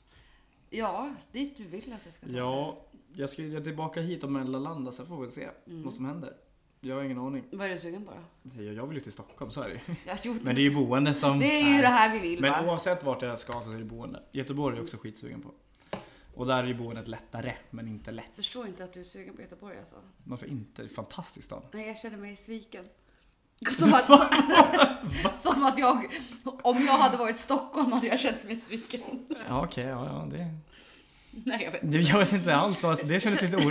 Ja, dit du vill att jag ska ta. Ja, jag ska jag tillbaka hit och mellanlanda, så får vi se Mm. vad som händer. Jag har ingen aning. Vad är du sugen på då? Jag vill ju till Stockholm, så är det ju. Jag gjorde Men det är ju boende som... Det är ju det här vi vill, Men va? oavsett vart jag ska så är det boende. Göteborg är jag också skitsugen på. Och där är ju boendet lättare, men inte lätt. Jag förstår inte att du är sugen på Göteborg alltså. Varför inte? Det är fantastiskt stad. Nej, jag känner mig sviken. Som att, som att jag, om jag hade varit i Stockholm hade jag känt mig sviken. Ja, okej, okay, ja, ja, det... Nej, jag vet Det, jag vet inte alls, alltså, det känns lite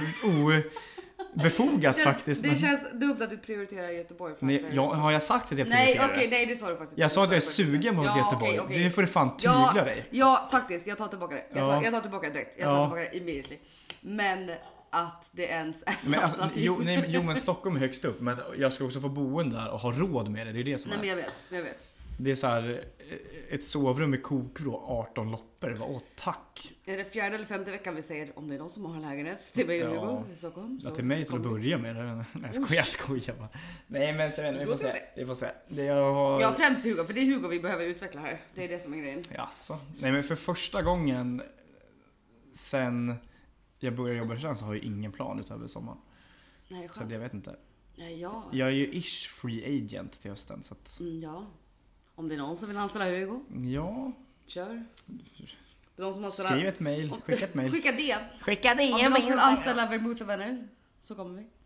obefogat faktiskt. Det men... känns dumt att du prioriterar Göteborg. Nej, jag, har jag sagt att jag prioriterar Nej, okej, okay, nej det sa du faktiskt. Jag sa att jag är sugen på ja, Göteborg. Okay, okay. Det får du fan tygla ja, dig. Ja, faktiskt. Jag tar tillbaka det. Jag tar, ja. jag tar tillbaka det direkt. Jag tar ja. tillbaka det immediately. Men att det ens är men alltså, jo, nej, jo, men Stockholm är högst upp. Men jag ska också få boende där och ha råd med det. Det är det som nej, är. Men jag vet, jag vet. Det är så här, ett sovrum med kokvrå, arton loppor. Åh, tack. Är det fjärde eller femte veckan vi säger om det är någon som har en lägenhet till mig ja. i Stockholm? Ja, till mig till att börja med. Nej, jag skojar, jag skojar bara. Nej, men så, vi får se. Vi får se. Det jag har... Ja, främst Hugo, för det är Hugo vi behöver utveckla här. Det är det som är grejen. Jaså. Nej, men för första gången sen jag började jobba sen så har jag ingen plan utöver sommaren. Nej, så jag vet inte. Nej, ja. Jag är ju ish free agent till hösten. Så att... mm, ja. Om det är någon som vill anställa Hugo. Ja. Kör. Det är någon som anställa... Skriv ett mejl. Skicka ett mejl. Skicka det. Skicka det. Om det är någon som vill anställa Vermouth-vänner så kommer vi.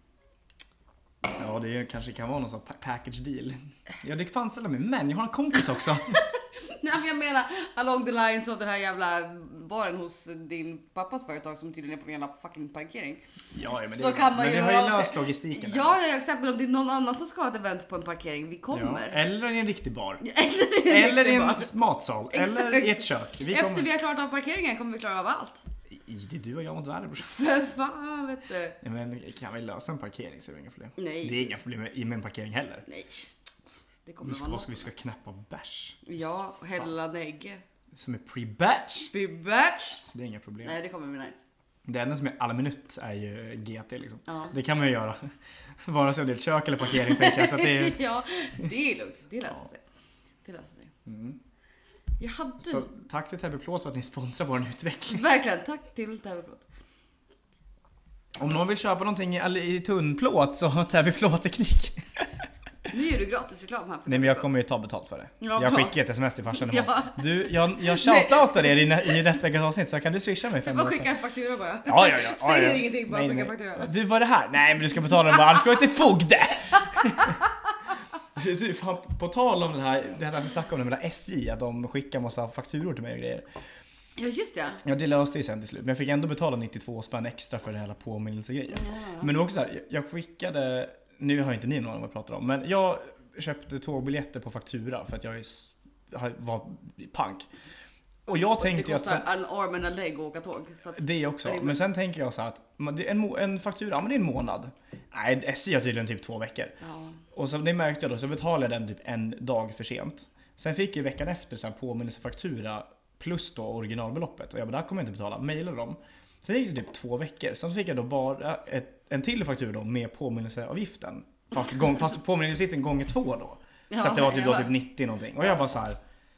Ja, det kanske kan vara någon sån package deal. Ja, det kan anställa mig. Men jag har en kompis också. Nej, men jag menar along the lines av den här jävla baren hos din pappas företag som tydligen är på en jävla fucking parkering. Ja, men så det, kan man men ju vi har ju löst logistiken. Ja, ja, exempel om det är någon annan som ska ha ett event på en parkering, vi kommer. Ja, eller i en riktig bar. eller i en, eller i en bar. matsal. Eller i ett kök. Vi Efter kommer... vi har klarat av parkeringen kommer vi klara av allt. Det är du och jag mot världen, bror. För fan, vet du. Ja, men kan vi lösa en parkering så är det inga problem. Nej. Det är inga problem med, med en parkering heller. Nej. Det kommer vi ska, vara vad ska vi ska knäppa bärs? Ja, hälla negge. Som är pre-batch. Pre-batch. Så det är inga problem. Nej, det kommer bli nice. Det enda som är alla minut är ju G T liksom. Ja. Det kan man ju göra. Vare sig det är ett kök eller parkering tänker jag. Så att det är... ja, det är lugnt. Det löser sig. Det löser sig. Mm. Jag hade... Så tack till Täby Plåt för att ni sponsrar vår utveckling. Verkligen, tack till Täby Plåt. Om någon vill köpa någonting i, i tunnplåt så har Täby Plåtteknik. Nu är du gratis reklam här för Nej, men jag kommer ju ta betalt för det. Ja, jag bra. skickar ett sms till farsan. Ja. Du, jag, jag shoutoutar er i, nä, i nästa veckas avsnitt så kan du swisha mig fem bara år. skicka en faktura bara. Ja, ja, ja. Säger ja, ja. ingenting, bara nej, skicka nej. faktura. Du, vad är det här? Nej, men du ska betala den bara. Annars ska jag till fogde. Du, fan, på tal om det här, det här vi snackade om det med S J, att de skickar massa fakturor till mig och grejer. Ja, just det. Ja, det löste ju sen till slut. Men jag fick ändå betala nittiotvå spänn extra för det här påminnelsegrejen. Ja. Men också så här, jag skickade, nu har inte ni någon vad jag pratar om, men jag köpte tågbiljetter på faktura för att jag är, var pank. Och jag tänkte det kostar att så, en arm and a leg att åka tåg. Så att, det också. Men sen tänker jag så här att en, en faktura, ja men det är en månad. Nej, S J har tydligen typ två veckor. Ja. Och så det märkte jag då, så betalade jag den typ en dag för sent. Sen fick jag veckan efter så här påminnelsefaktura plus då originalbeloppet. Och jag bara, där kommer jag inte betala. Mailade dem. Sen gick det typ två veckor. Sen fick jag då bara ett, en till faktura då med påminnelseavgiften. Fast, gång, fast påminnelseavgiften gånger två då. Ja, så att det var typ, då, typ nittio någonting. Och jag bara så här.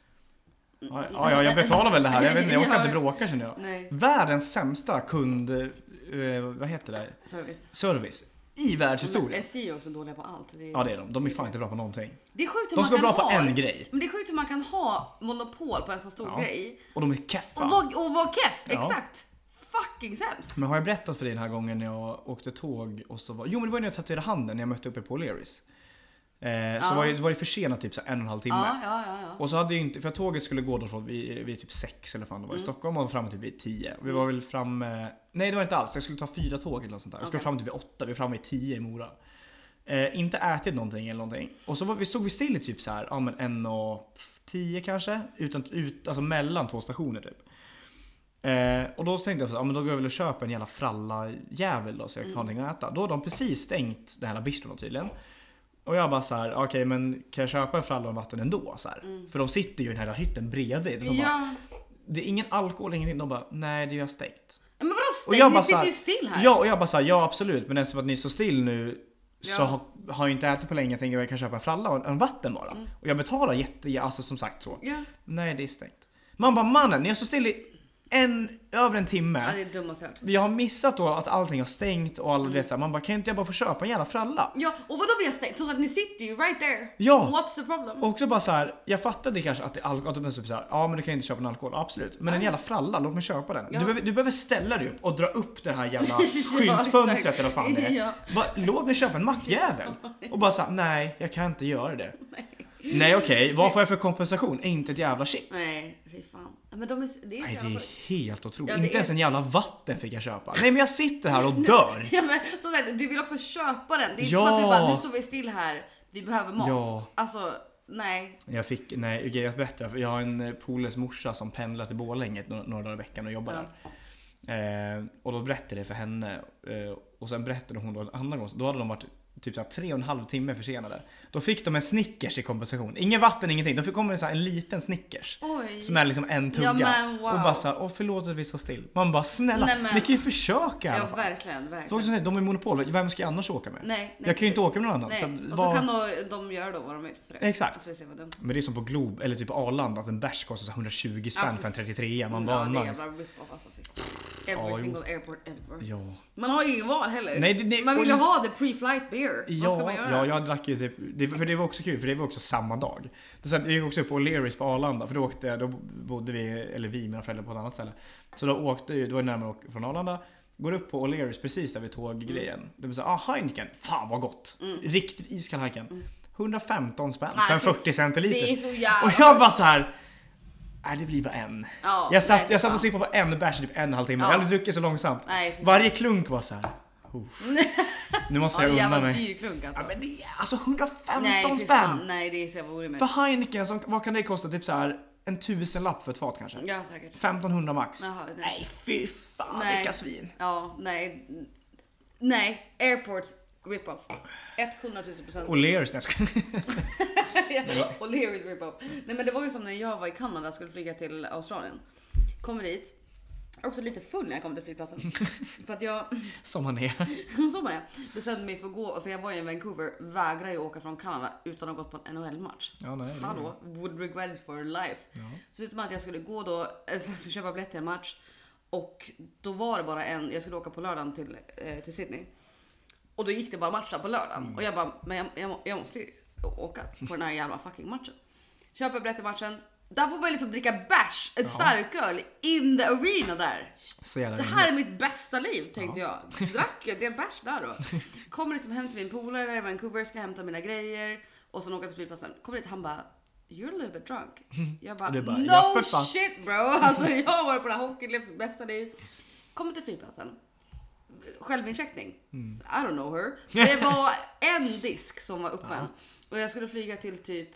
Ja, ja, jag betalar väl det här. Jag vet inte, jag kan inte bråka känner jag. Nej. Världens sämsta kund, eh, vad heter det? Service. Service. I världshistorien. S J är också dåliga på allt. Det är... Ja, det är de. De är fan inte bra på någonting. Det är sjukt hur De man ska vara kan bra på ha... en grej. Men det är sjukt hur man kan ha monopol på en så stor Ja. grej. Och de är keffa. Och vara och var keff, Ja. exakt. Fucking sämst. Men har jag berättat för dig den här gången när jag åkte tåg och så var... Jo, men det var ju när jag tatuerade handen när jag mötte uppe på O'Learys. Eh, Ja. Så var det, var det försenat typ så en och en halv timme. Ja, ja, ja, ja. Och så hade jag inte, för att tåget skulle gå då från vid, vid typ sex eller fan det var i Mm. Stockholm och var framme typ vid tio. Vi var väl framme, nej det var inte alls, jag skulle ta fyra tåg eller något sånt där. Jag skulle Okej. fram typ vid åtta, vi var framme vid tio i Mora. Eh, inte ätit någonting eller någonting. Och så var, vi stod vi still i typ så här, ja men en och tio kanske, utan, ut, alltså mellan två stationer typ. Eh, och då tänkte jag så, ja men då går jag väl och köper en jävla fralla jävel då så jag kan ha Mm. någonting att äta. Då har de precis stängt den här bistron tydligen. Och jag bara så här, okej okay, men kan jag köpa en fralla och vatten ändå så här? Mm. För de sitter ju i den här hytten bredvid. De bara, Ja. det är ingen alkohol, ingenting. De bara, nej det är stängt. Men vadå Och stängt? jag Ni bara sitter så här, ju still här. Ja, och jag bara så här, ja absolut. Men eftersom att ni står still nu så Ja. har, har jag inte ätit på länge. Jag tänker att jag kan köpa en fralla och en vatten bara. Mm. Och jag betalar jätte, alltså som sagt så. Ja. Nej det är stängt. Man bara, mannen, ni är så still i en, över en timme. Ja, det är dumt att Vi har missat då att allting har stängt och alla mm. vet så här, man bara, kan inte jag bara få köpa en jävla fralla? Ja, och vadå vi har stängt? Så att ni sitter ju right there. Ja. What's the problem? Och också bara så här, jag fattade kanske att det är alkohol, att så här, ja men du kan inte köpa en alkohol, absolut. Men Nej. en jävla fralla, låt mig köpa den. Ja. Du, behöver, du behöver ställa dig upp och dra upp det här jävla skyltfönstret eller vad fan det är. Ja. Bara, låt mig köpa en mackjävel. Och bara så här, nej, jag kan inte göra det. Nej. Nej okej, okay. Vad får jag för kompensation? Inte ett jävla shit. Nej, fy fan. Men de är, det är, Nej, det är helt otroligt. Ja, inte är... ens en jävla vatten fick jag köpa. Nej men jag sitter här och dör. Ja, men, så där, du vill också köpa den. Det är ja. Som att du bara, nu står vi still här. Vi behöver mat. Ja. Alltså, nej. Jag fick, nej okej jag bättre. För jag har en polers morsa som pendlar till Borlänge några dagar i veckan och jobbar ja. där. Eh, och då berättade det för henne. Eh, och sen berättade hon då en annan gång. Då hade de varit typ så här, tre och en halv timme försenade. Då fick de en Snickers i kompensation. Ingen vatten, ingenting. Då fick komma en, så här, en liten Snickers. Oj. Som är liksom en tugga. Ja, men, wow. Och bara så här, åh förlåt att vi så still. Man bara, snälla, nej, men... ni kan ju försöka i alla fall. Ja, verkligen, verkligen. Folk som säger, de är monopol. Vem ska jag annars åka med? Nej, nej. Jag kan ju inte åka med någon annan. Nej. Så att, och var... så kan de, de göra då vad de vill för det. Exakt. Alltså, det men det är som på Glob, eller typ Arlanda, att en bärs kostar hundratjugo spänn ja, för en trettiotre. Man bara, ja, nice. Det är jävla rip-off alltså. Every ja, single jo. Airport ever. Ja. Man har ju ingen val heller. Nej, det, det, man vill ju just... ha the pre-flight beer. Ja, vad ska man göra? Ja, jag drack ju typ, det, för det var också kul, för det var också samma dag. Så vi gick också upp på O'Learys på Arlanda, för då åkte, då bodde vi, eller vi, mina föräldrar på ett annat ställe. Så då åkte ju, då var det närmare från Arlanda, går upp på O'Learys precis där vi tog grejen. Mm. Det var så ah Heineken, fan vad gott. Mm. Riktigt iskall Heineken. Mm. hundrafemton spänn Nej, för en fyrtio centiliter. Det är så jävla. Och jag bara så här. Nej, det blir bara en. Ja, jag satt, nej, jag satt och sippade på en bärs typ en och en halv timme. Ja. Jag hade druckit så långsamt. Nej, varje klunk var så här. Nu måste jag ja, unna mig. Dyr klunk alltså. Ja, men det är alltså hundrafemton nej, spänn. Nej, det är så jävla orimligt. För Heineken, så, vad kan det kosta? Typ så här en tusen lapp för ett fat kanske? Ja, säkert. femtonhundra max. Jaha, nej. nej, fy fan, nej. vilka svin. Ja, nej. Nej, airports rip-off. hundratusen procent. O'Learys, nej ja, O'Learys rip-off. Nej, men det var ju som när jag var i Kanada och skulle flyga till Australien. Kommer dit. Också lite full när jag kom till flygplatsen. För att jag... Som man är. Som man är. Bestämde mig för att gå, för jag var i Vancouver, vägrade ju åka från Kanada utan att ha gått på en N H L-match. Ja, nej, hallå, would regret it for life. Ja. Så utom att jag skulle gå då, jag skulle köpa biljett till en match. Och då var det bara en, jag skulle åka på lördagen till, eh, till Sydney. Och då gick det bara matcha på lördagen. Mm. Och jag bara, men jag, jag, jag måste ju åka på den här jävla fucking matchen. Köper biljett till matchen. Där får man liksom dricka bärs, ett starköl in the arena där. Så jävla det här rimligt. Är mitt bästa liv, tänkte ja. jag. Drack jag det bärs där då. Kommer liksom hem till min polare där i Vancouver, ska hämta mina grejer. Och sen åker till flygplatsen. Kommer dit, han bara, you're a little bit drunk. Jag bara, bara no ja, shit bro. Alltså jag har varit på det här hockeylivet, bästa liv. Kommer till flygplatsen. Självincheckning. Mm. I don't know her. Det var en disk som var öppen. Ja. Och jag skulle flyga till typ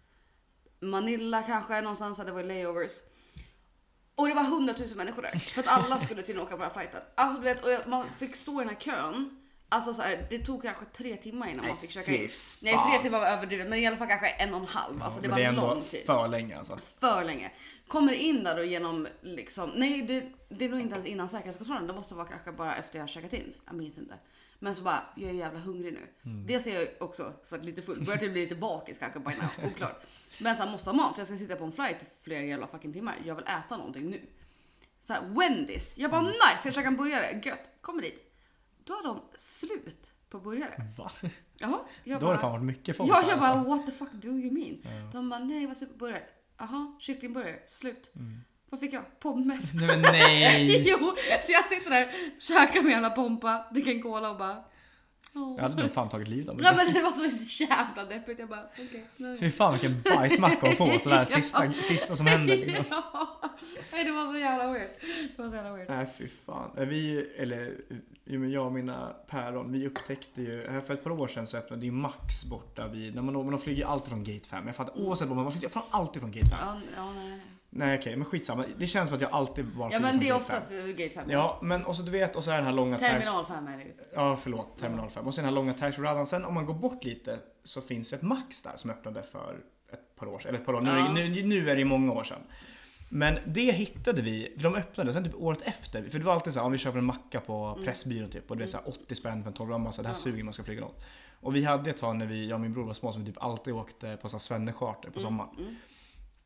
Manila kanske, någonstans där det var layovers. Och det var hundratusen människor där. För att alla skulle till åka på den här flighten. Alltså, vet, och man fick stå i den här kön. Alltså så här, det tog kanske tre timmar innan man fick köka in. Nej, tre timmar var överdrivet, men i alla fall kanske en och en halv. Alltså det ja, var det lång tid. För länge alltså. För länge. Kommer in där då genom liksom, nej det, det är nog inte ens innan säkerhetskontrollen. Det måste vara kanske bara efter jag har käkat in. Jag minns inte. Men så bara, jag är jävla hungrig nu. Mm. Det ser jag också så att lite full. Börjar typ bli lite bakis kanske på now. Oklart. Men så här, måste ha mat. Jag ska sitta på en flight flera jävla fucking timmar. Jag vill äta någonting nu. Så här, Wendy's. Jag bara, mm. nice, jag käkar en burgare. Gött. Kommer dit. Då har de slut på burgare. Va? Jaha. Då har det fan varit mycket folk. Ja, jag bara, alltså. What the fuck do you mean? Ja. De bara, nej, vad super burgare. Jaha, kycklingburgare. Slut. Mm. Vad fick jag? Pommes. Nej, men nej. Jo, så jag sitter där, käkar med alla pompa, dricker en cola och bara... Oh. Jag hade nog fan tagit livet av mig. Ja, men det var så jävla deppigt. Jag bara, okej. Okay, hur fan vilken bajsmacka att få sådär sista, ja. sista som händer liksom. Ja. Nej, det var så jävla weird. Det var så jävla weird. Nej, fy fan. Vi, eller jag och mina päron, vi upptäckte ju, för ett par år sedan så öppnade ju Max borta vid, när man, man flyger alltid från gate fem. Jag fattar, mm. oavsett vad man flyger, från alltid från gate fem. Ja, ja nej. Nej okej, okay, men skitsamma. Det känns som att jag alltid var ja, men det är oftast gate fem. Ja, men och så du vet, och så är den här långa terminal fem är det. Ja, förlåt, terminal fem. Och så den här långa taxi-radan. Sen om man går bort lite så finns det ett Max där som öppnade för ett par år sedan. Eller ett par år. Ja. Nu, nu, nu är det många år sedan. Men det hittade vi, för de öppnade sen typ året efter. För det var alltid så här, om vi köper en macka på mm. Pressbyrån typ. Och det är så här åttio spänn för en tolv ramma, så det här ja. suger man ska flyga något. Och vi hade ett tag när vi, jag och min bror var små, som vi typ alltid åkte på så här svennecharter på sommaren. Mm. Mm.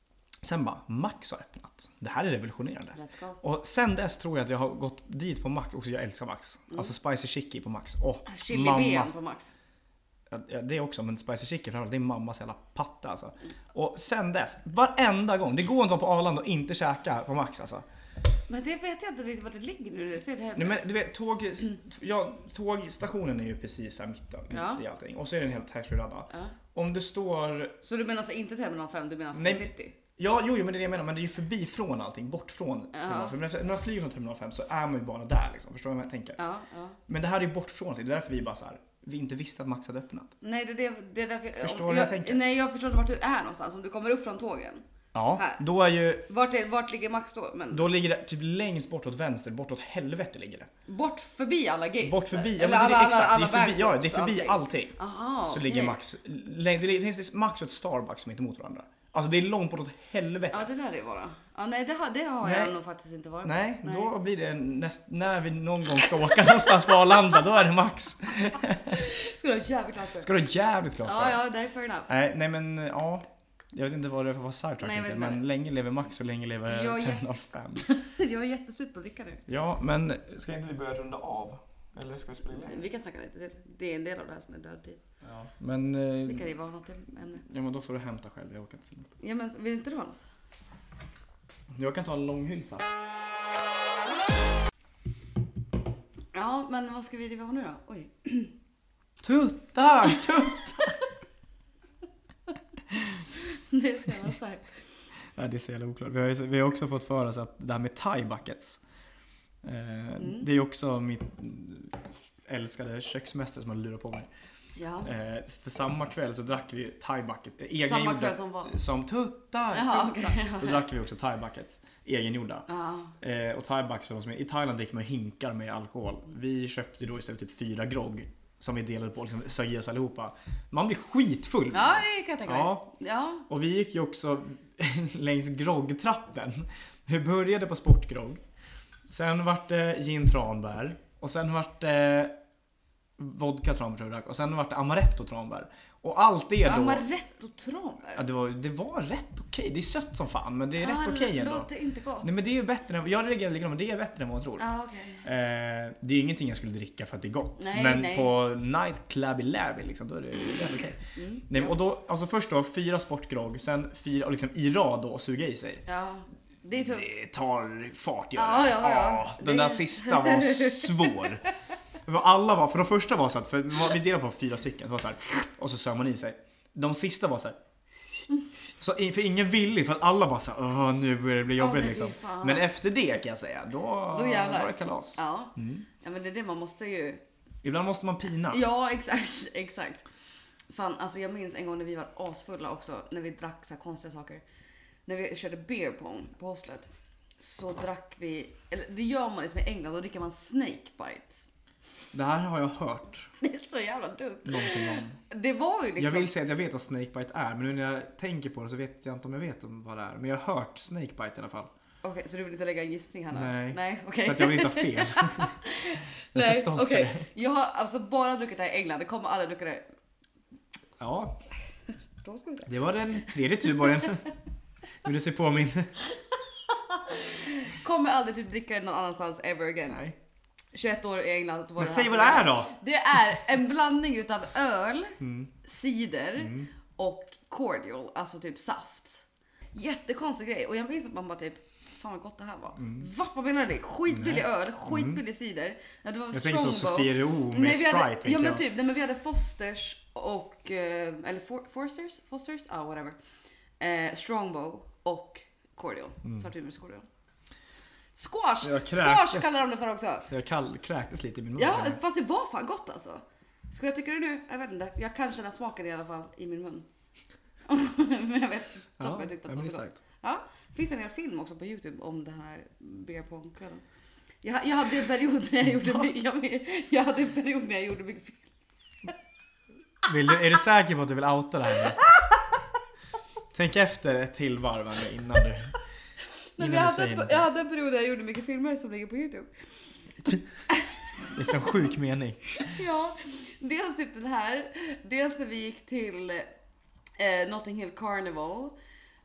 Sen bara, Max har öppnat. Det här är revolutionerande. Let's go. Och sen dess tror jag att jag har gått dit på Max. Också jag älskar Max. Mm. Alltså spicy chicky på Max. Och chili ben på Max. Ja, det också, men spicy chicken framförallt, det är mammas jävla patta alltså. Mm. Och sen dess, varenda gång, det går inte att vara på Arlanda och inte käka på Max alltså. Men det vet jag inte riktigt vart det ligger nu. Ser det här Nej, men du vet, tåg, ja, tågstationen är ju precis här mitt, mitt ja. i allting. Och så är det en helt taxfree-radda. Ja. Om du står... Så du menar alltså inte Terminal fem, du menar alltså Nej, City? Ja, jo, jo, men det är det jag menar, men det är ju förbi från allting, bort från ja. Terminal fem. Men när man flyger från Terminal fem så är man ju bara där liksom, förstår du vad jag tänker? Ja, ja. Men det här är ju bort från allting, det är därför vi bara så här, vi inte visste att Max hade öppnat. Nej, det är, det, det är därför jag... Förstår du vad jag tänker? Nej, jag förstår inte vart du är någonstans, om du kommer upp från tågen. Ja, här. Då är ju... Vart, är, vart ligger Max då? Men... Då ligger det typ längst bort åt vänster, bort åt helvete ligger det. Bort förbi alla gates? Bort förbi, ja, men alla, det är, exakt, alla, alla det är förbi, ja, det är förbi allting. allting. Aha, så okay. ligger Max, det finns Max och ett Starbucks som är inte mot varandra. Alltså det är långt bort åt helvete. Ja, det där är bara. Ja, nej, det har, det har nej. jag nog faktiskt inte varit. Nej, nej. Då blir det näst, när vi någon gång ska åka någonstans på Arlanda, då är det Max. Ska du ha jävligt klart för. Ska du ha jävligt klart för. Ja, ja, det är fair enough. Nej, nej men ja. Jag vet inte vad det är för vad Sidetrack inte, men det. Länge lever Max och länge lever Terminal fem. Jag är jätteslut på att dricka nu. Ja, men ska inte vi börja runda av? Eller ska vi spela in? Vi kan snacka lite till. Det är en del av det här som är dödtid. Ja, men... Eh, det kan ju vara något till ämne. Ja, men då får du hämta själv. Jag åker inte så långt. Ja, men vill inte du ha något? Jag kan ta en lång hylsa. Ja, men vad ska vi ha nu då? Oj. Tuttar! Tuttar! Det är så jävla starkt. Ja, det är så jävla oklart. Vi har, vi har också fått för oss att det här med thai buckets. Eh, mm. Det är också mitt älskade köksmästare som har lurat på mig. Ja. Eh, för samma kväll så drack vi thai buckets. Egen samma gjorda, kväll som var? Som tuttar. Jaha, tuttar. Okay. Då drack vi också thai buckets. Egengjorda. Ja. Eh, och thai buckets för de som är, i Thailand dricker man hinkar med alkohol. Vi köpte då istället typ fyra grogg. Som vi delade på, liksom, sög i oss allihopa. Man blir skitfull. Ja, det kan jag tänka mig. Ja. Ja. Och vi gick ju också längs groggtrappen. Vi började på sportgrogg. Sen vart det gin tranbär. Och sen vart det vodka tranbär. Och sen vart det amaretto tranbär. Och allt det då... Amaretto tranbär? Ja, det var, det var rätt okej. Det är sött som fan, men det är ah, rätt okej ändå. Det låter inte gott. Nej, men det är ju bättre än... Jag reagerar likadant, men det är bättre än vad man tror. Ah, okay. eh, det är ingenting jag skulle dricka för att det är gott. Nej, men nej. på nightclubby labby liksom, då är det rätt okej. Mm, Nej, ja. Och då, alltså först då, fyra sportgrogg. Sen fyra, och liksom i rad då, och suga i sig. Ja. Det är tufft. Det tar fart, gör ja, det. Ja, ja, ja. Ah, den det... där sista var svår. Alla var, för de första var så att, för vi delade på fyra stycken, så var så här, och så sög man i sig. De sista var så här. Så för ingen ville, för att alla bara så här, åh, nu börjar det bli jobbigt oh, liksom. Men efter det kan jag säga, då, då var det kalas. Ja. Mm. Ja, men det är det man måste ju. Ibland måste man pina. Ja, exakt, exakt. Fan, alltså jag minns en gång när vi var asfulla också, när vi drack så här konstiga saker. När vi körde beer pong på hostlet, så drack vi, eller det gör man liksom i England, då dricker man snake bites. Det här har jag hört. Det är så jävla dumt. Någonting om. Det var ju liksom... Jag vill säga att jag vet vad snakebite är, men nu när jag tänker på det så vet jag inte om jag vet om vad det är. Men jag har hört snakebite i alla fall. Okej, okay, så du vill inte lägga en gissning här nu? Nej, Nej okay. För att jag vill inte ha fel. Jag är stolt okay. för det. Jag har alltså bara druckit det här i England, det kommer aldrig dricka det. Ja. Då ska vi se. Det var den tredje tuborgen. Vill du se på min? Kommer aldrig typ dricka det någon annanstans ever again. Nej. tjugoett år i England. Men säg vad det är då. Det är en blandning utav öl, mm. cider mm. och cordial, alltså typ saft. Jättekonstig grej. Och jag minns att man bara typ, fan vad gott det här var. Mm. Va, vad menar du? Skitbillig nej. öl, skitbillig mm. cider. Ja, det var jag tänker så Sofiero med nej, Sprite. Hade, ja men typ, nej, men vi hade Fosters och, eller For, Forsters, Fosters, ja ah, whatever. Eh, Strongbow och cordial, mm. svartvinbärs cordial. Squash! Squash kallar de det för också. Jag kall, kräktes lite i min mun. Ja, fast det var fan gott alltså. Ska jag tycka det nu? Jag vet inte. Jag kan känna smaken i alla fall i min mun. Men jag vet inte ja, om jag tyckte att det var så gott. Ja, finns en hel film också på YouTube om den här beer pong-kvällen. Jag, jag hade en period när jag gjorde jag, jag hade en period när jag gjorde mycket film. Vill du, är du säker på att du vill outa det här nu? Tänk efter ett till varv innan du... Nej, jag, hade, jag hade en period där jag gjorde mycket filmer som ligger på YouTube. Det är så sjuk mening. Ja, dels typ den här. Dels när vi gick till eh, Notting Hill Carnival.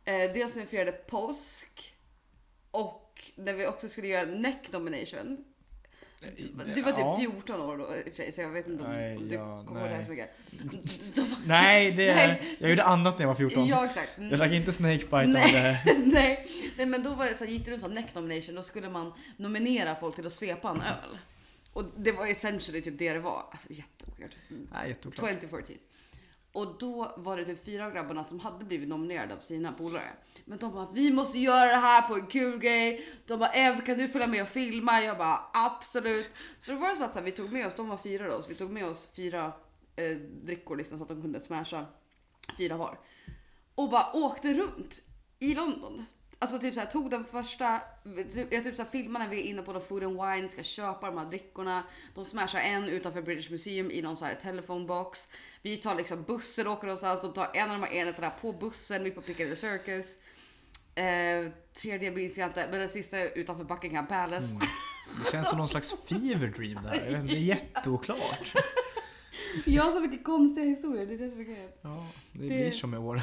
Eh, dels när vi firade påsk och när vi också skulle göra neck nomination. Du var typ ja. fjorton år då i och för sig, så jag vet inte om, nej, om du ja, kommer ihåg det här så mycket. Nej, det, nej, jag gjorde annat när jag var fjorton. Ja, exakt. Jag drack inte snakebite. Nej, nej, nej, men då var det så här, gick det runt som neck nomination. Då skulle man nominera folk till att svepa en öl. Och det var essentially typ det det var. Alltså jätteoklart. Nej, jätteoklart. tjugohundrafjorton. Och då var det typ fyra av grabbarna som hade blivit nominerade av sina polare. Men de bara, vi måste göra det här på en kul grej. De bara, Ev, kan du följa med och filma? Jag bara, absolut. Så det var så att så här, vi tog med oss, de var fyra då, så vi tog med oss fyra eh, drickor liksom, så att de kunde smasha fyra var. Och bara åkte runt i London. Alltså typ så här, tog den första, jag typ så här, filmade när vi är inne på The Food and Wine, ska köpa de här drickorna. De smashar en utanför British Museum i någon så här telephone box. Vi tar liksom bussen och åker någonstans, de tar en av de här enheterna på bussen, vi på Piccadilly Circus. Eh, tredje minns jag inte, men den sista utanför Buckingham Palace. Mm. Det känns som någon slags fever dream där, det är jätteoklart. Jag har så mycket konstiga historier, det är det som är grejen. Ja, det, det blir som med åren.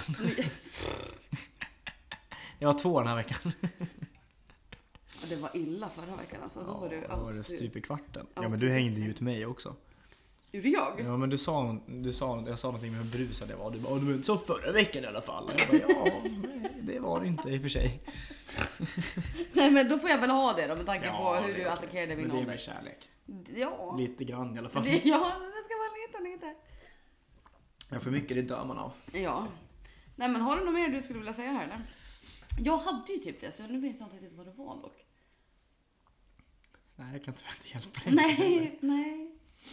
Jag har två den här veckan. Ja, det var illa förra veckan alltså. Då ja, var du då var det stup i kvarten. Ja, out men du hängde ju ut mig också. Gjorde jag? Ja, men du sa, du sa, jag sa någonting med hur brusad jag var. Du bara, du var inte så förra veckan i alla fall. Jag bara, ja, nej, det var det inte i och för sig. Nej, men då får jag väl ha det då med tanke ja, på hur du attackerade min ålder. Men det är med kärlek. Ja. Lite grann i alla fall. Det, ja, men det ska vara lite, lite. Ja, för mycket det dör man av. Ja. Nej, men har du något mer du skulle vilja säga här eller? Jag hade ju typ det, så nu vet jag inte riktigt vad det var dock. Nej, jag kan tyvärr inte hjälpa dig. Nej, nej.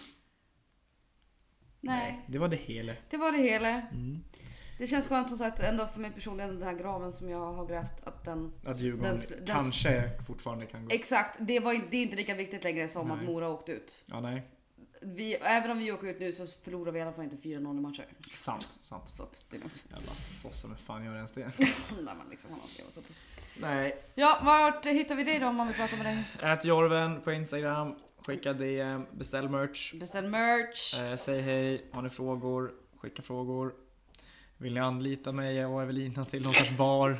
Nej. Det var det hela. Det var det hela. Mm. Det känns skönt som sagt ändå för mig personligen, den här graven som jag har grävt, att den... Att Djurgården den, kanske den, fortfarande kan gå. Exakt, det, var, det är inte lika viktigt längre som nej. Att Mora åkte ut. Ja, nej. Vi, även om vi åker ut nu så förlorar vi i alla fall inte fyra noll i matcher. Sant, sant. Så det är lugnt. Jävla sossa, men fan gör ens det? Nej, men liksom, så. Nej. Ja, vart hittar vi dig då om man vill prata med dig? Ät Jorven på Instagram, skicka D M, beställ merch. Beställ merch. Eh, säg hej, har ni frågor, skicka frågor. Vill ni anlita mig och Evelina till någon sorts bar?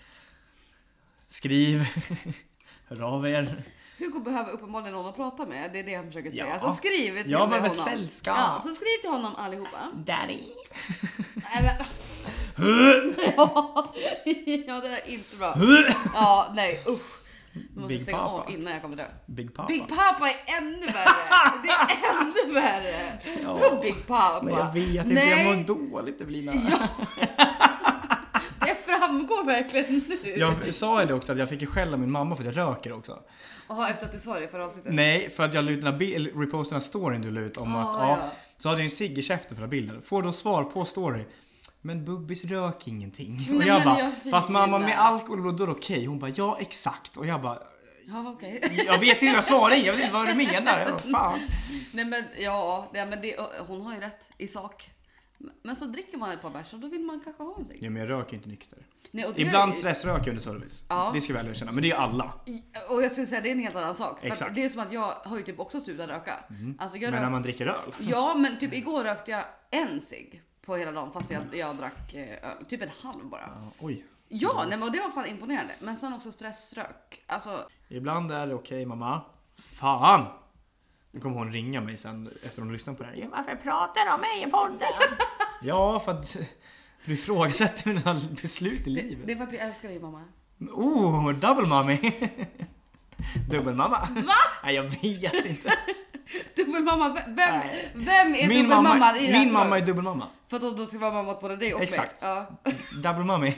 Skriv. Hör av er. Hugo behöver uppenbarligen någon att prata med. Det är det han försöker säga. Ja. Så skriv till ja, honom. men sällskap. Ja, så skriv till honom allihopa. Daddy. Nej, men... ja, ja, det är inte bra. Ja, nej, usch. Du måste stänga av innan jag kommer dö. Big Papa. Big Papa är ännu värre. Det är ännu värre. Ja. Big Papa. Men jag vet inte, nej. Jag mår dåligt, Evelina. Ja. Det framgår verkligen nu. Jag sa det också att jag fick skälla min mamma för att jag röker också. Jaha, efter att du sa det för avsnittet? Nej, för att jag la ut den här repostade storyn du la ut om ah, att ja, ja. Så hade jag en cigg i käften för den bilden. Får då svar på story. Men Bubbis rök ingenting. Nej, och jag bara, jag fast mamma med alkohol och då är det okej. Okay. Hon bara, ja exakt. Och jag bara, ja okej. Okay. Jag vet inte, jag svarar inte, jag vet inte vad du menar. Jag bara, fan. Nej men ja, ja men det, hon har ju rätt i sak. Men så dricker man ett par bärs och då vill man kanske ha en cigg. Ja, men jag röker inte nykter. Nej, ibland är... stressröker under service. Ja. Det ska jag väl erkänna, men det är ju alla. Och jag skulle säga det är en helt annan sak. För det är som att jag har ju typ också slutat röka. Mm. Alltså, jag men rök... när man dricker öl? Ja, men typ igår rökte jag en cigg på hela dagen fast jag, jag drack öl. Typ en halv bara. Ja, oj. Ja, nej, men det var fan imponerande. Men sen också stressrök. Alltså... Ibland är det okej, okay, mamma. Fan! Nu kommer hon ringa mig sen efter hon lyssnat på det här. Ja, varför pratar de om mig i podden? Ja, för att du ifrågasätter mina beslut i livet. Det är för att vi älskar dig, mamma. Oh, double mommy. Dubbelmamma. Va? Nej, jag vet inte. Dubbelmamma, vem, vem är min dubbelmamma mamma, i det Min mamma är dubbelmamma. För då, då ska vara mamma på dig och exakt. Mig. Ja. Double mommy.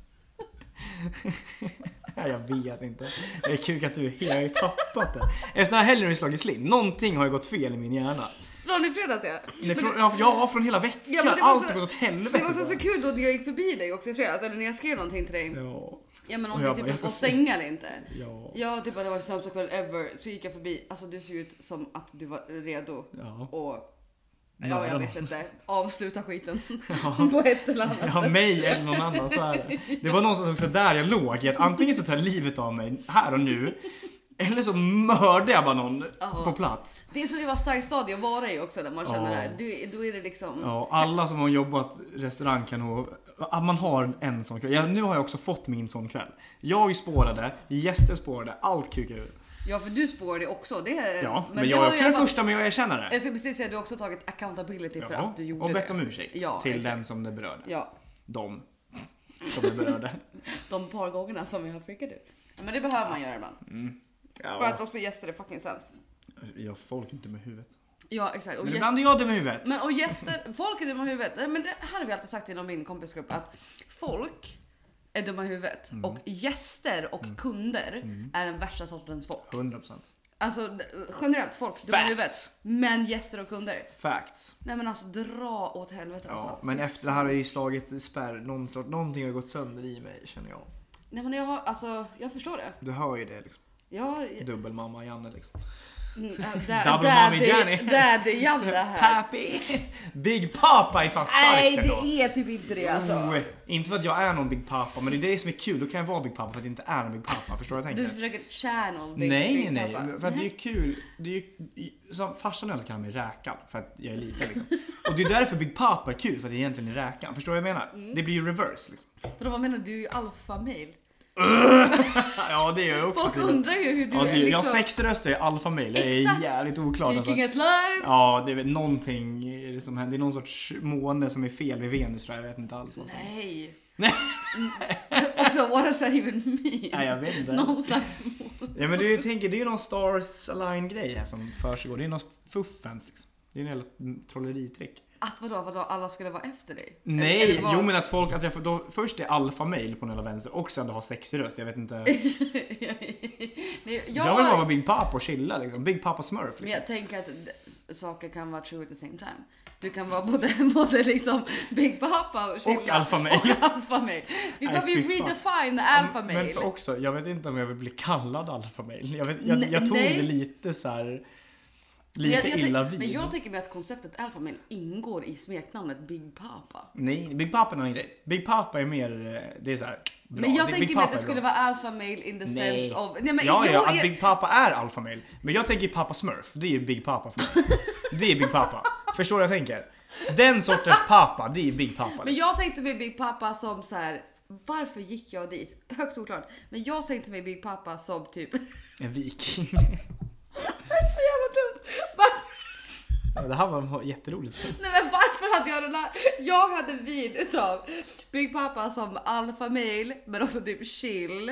Nej, jag vet inte. Det är kul att du helt tappat det. Efter att helgen har slagit slint. Någonting har ju gått fel i min hjärna. Från i fredags, ja. Nej, från, ja, ja, från hela veckan. Ja, allt har gått åt helvete. Det var så, så kul då när jag gick förbi dig också i fredags. Eller när jag skrev någonting till dig. Ja. Ja, men om du typ att stänga eller inte. Ja. Ja, typ att det var sämsta kväll ever. Så gick jag förbi. Alltså du ser ut som att du var redo. Ja. Och... Ja, jag vet inte. Avsluta skiten. Ja. På ett eller annat ja, sätt. mig eller någon annan, så är det. Det var någonstans också där jag låg. Att antingen så tar livet av mig här och nu. Eller så mördar jag bara någon Ja. på plats. Det är så det var starkt stadie att vara i också när man känner Ja. det här. Du, då är det liksom... Ja, alla som har jobbat restaurang kan nog... Ja, man har en sån kväll. Ja, nu har jag också fått min sån kväll. Jag spårade, gäster spårade, allt kukar ur. Ja, för du spårade också. Det, Ja, men, det jag har är du också i alla den fall- första med att erkänna det. Jag ska precis säga att du har också tagit accountability för Ja, att du gjorde och bett det. om ursäkt Ja, till exakt. den som det berörde. Ja, De som det berörde. de par gångerna som vi har freakat ut. Ja, men det behöver man göra ibland. Mm. För att Ja, också gäster är fucking sämst. jag folk inte med huvudet. Ja, exakt. Och Men gäst- ibland är jag dum i huvudet. Men och gäster, folk är dumma i huvudet. Men det här har vi alltid sagt inom min kompisgrupp att folk är dumma i huvudet Mm. och gäster och kunder är den värsta sortens folk. hundra procent. Alltså d- generellt folk dumma i Facts. huvudet. Men gäster och kunder. Facts. Nej men alltså dra åt helvete alltså. Ja, men efter det här har jag ju slagit spärr. Någon, någonting har gått sönder i mig, känner jag. Nej men jag har, alltså jag förstår det. Du hör ju det liksom. Jag, Dubbelmamma Janne liksom. Mm, äh, da- Double daddy- mommy Jenny. Daddy Janne här. Pappy! Big Papa är fan Nej starkt ändå. det är typ inte det alltså. Oh, inte för att jag är någon Big Papa, men det är det som är kul. Då kan jag vara Big Papa för att jag inte är någon Big Papa. Förstår du vad jag Du tänker? försöker channel Big, Nej, big nej, nej. Papa. För att det är ju kul. Det är ju, som farsan eller kallar mig räkan för att jag är liten liksom. Och det är därför Big Papa är kul, för att jag egentligen är räkan. Förstår du vad jag menar? Mm. Det blir ju reverse liksom. Vadå, vad menar du? Du är ju alfamail. Ja, det är jag också. Folk tydligen. undrar ju hur du Ja, det, är jag liksom. har sex röster i alfamail. Det är Exakt. jävligt oklart alltså. Speaking at life. Ja, det är väl någonting som händer. Det är någon sorts måne som är fel vid Venus tror jag. Jag vet inte alls vad som. Nej. Nej. Också, what does that even mean? Nej, jag vet inte. Någon slags mål. Ja, men du jag tänker, det är ju någon Stars Align grej här som försiggår. Det är någon fuffens liksom. Det är en jävla trolleritrick. Att vadå, vadå, alla skulle vara efter dig? Nej, Eller vad- jo men att folk, att jag får då, först är alfamail på den hela vänster och sen då har sexig röst, jag vet inte. Nej, Jag vill bara vara Big Papa och chilla liksom, Big Papa Smurf Men liksom. jag tänker att d- saker kan vara true at the same time. Du kan vara både, både liksom Big Papa och chilla. Och alfamail. Och alfamail. Vi Nej, behöver ju fy fan. redefine alfamail. Men för också, jag vet inte om jag vill bli kallad alfamail. Jag, vet, jag, Nej, jag tog nej. det lite så här. Men Lite jag, jag illa tänk, vid. Men jag tänker mig att konceptet alfamail ingår i smeknamnet Big Papa. Nej, Big Papa är en annan grej. Big Papa är mer, eh, det är så här. Bra. Men jag Big tänker mig att Papa det är skulle bra. vara alfamail in the Nej. sense of... Nej, men Ja, jo, ja, att jag- Big Papa är alfamail. Men jag tänker Papa Smurf, det är ju Big Papa för mig. Det är Big Papa. Förstår du vad jag tänker? Den sortens pappa, det är Big Papa. Men liksom. jag tänkte mig Big Papa som så här. Varför gick jag dit? Högst oklart. Men jag tänkte mig Big Papa som typ... En viking. Det är så jävla dumt. Varför? Ja, det här var jätteroligt. Nej men varför hade jag den här? Jag hade vid utav Big Papa som alfamail men också typ chill.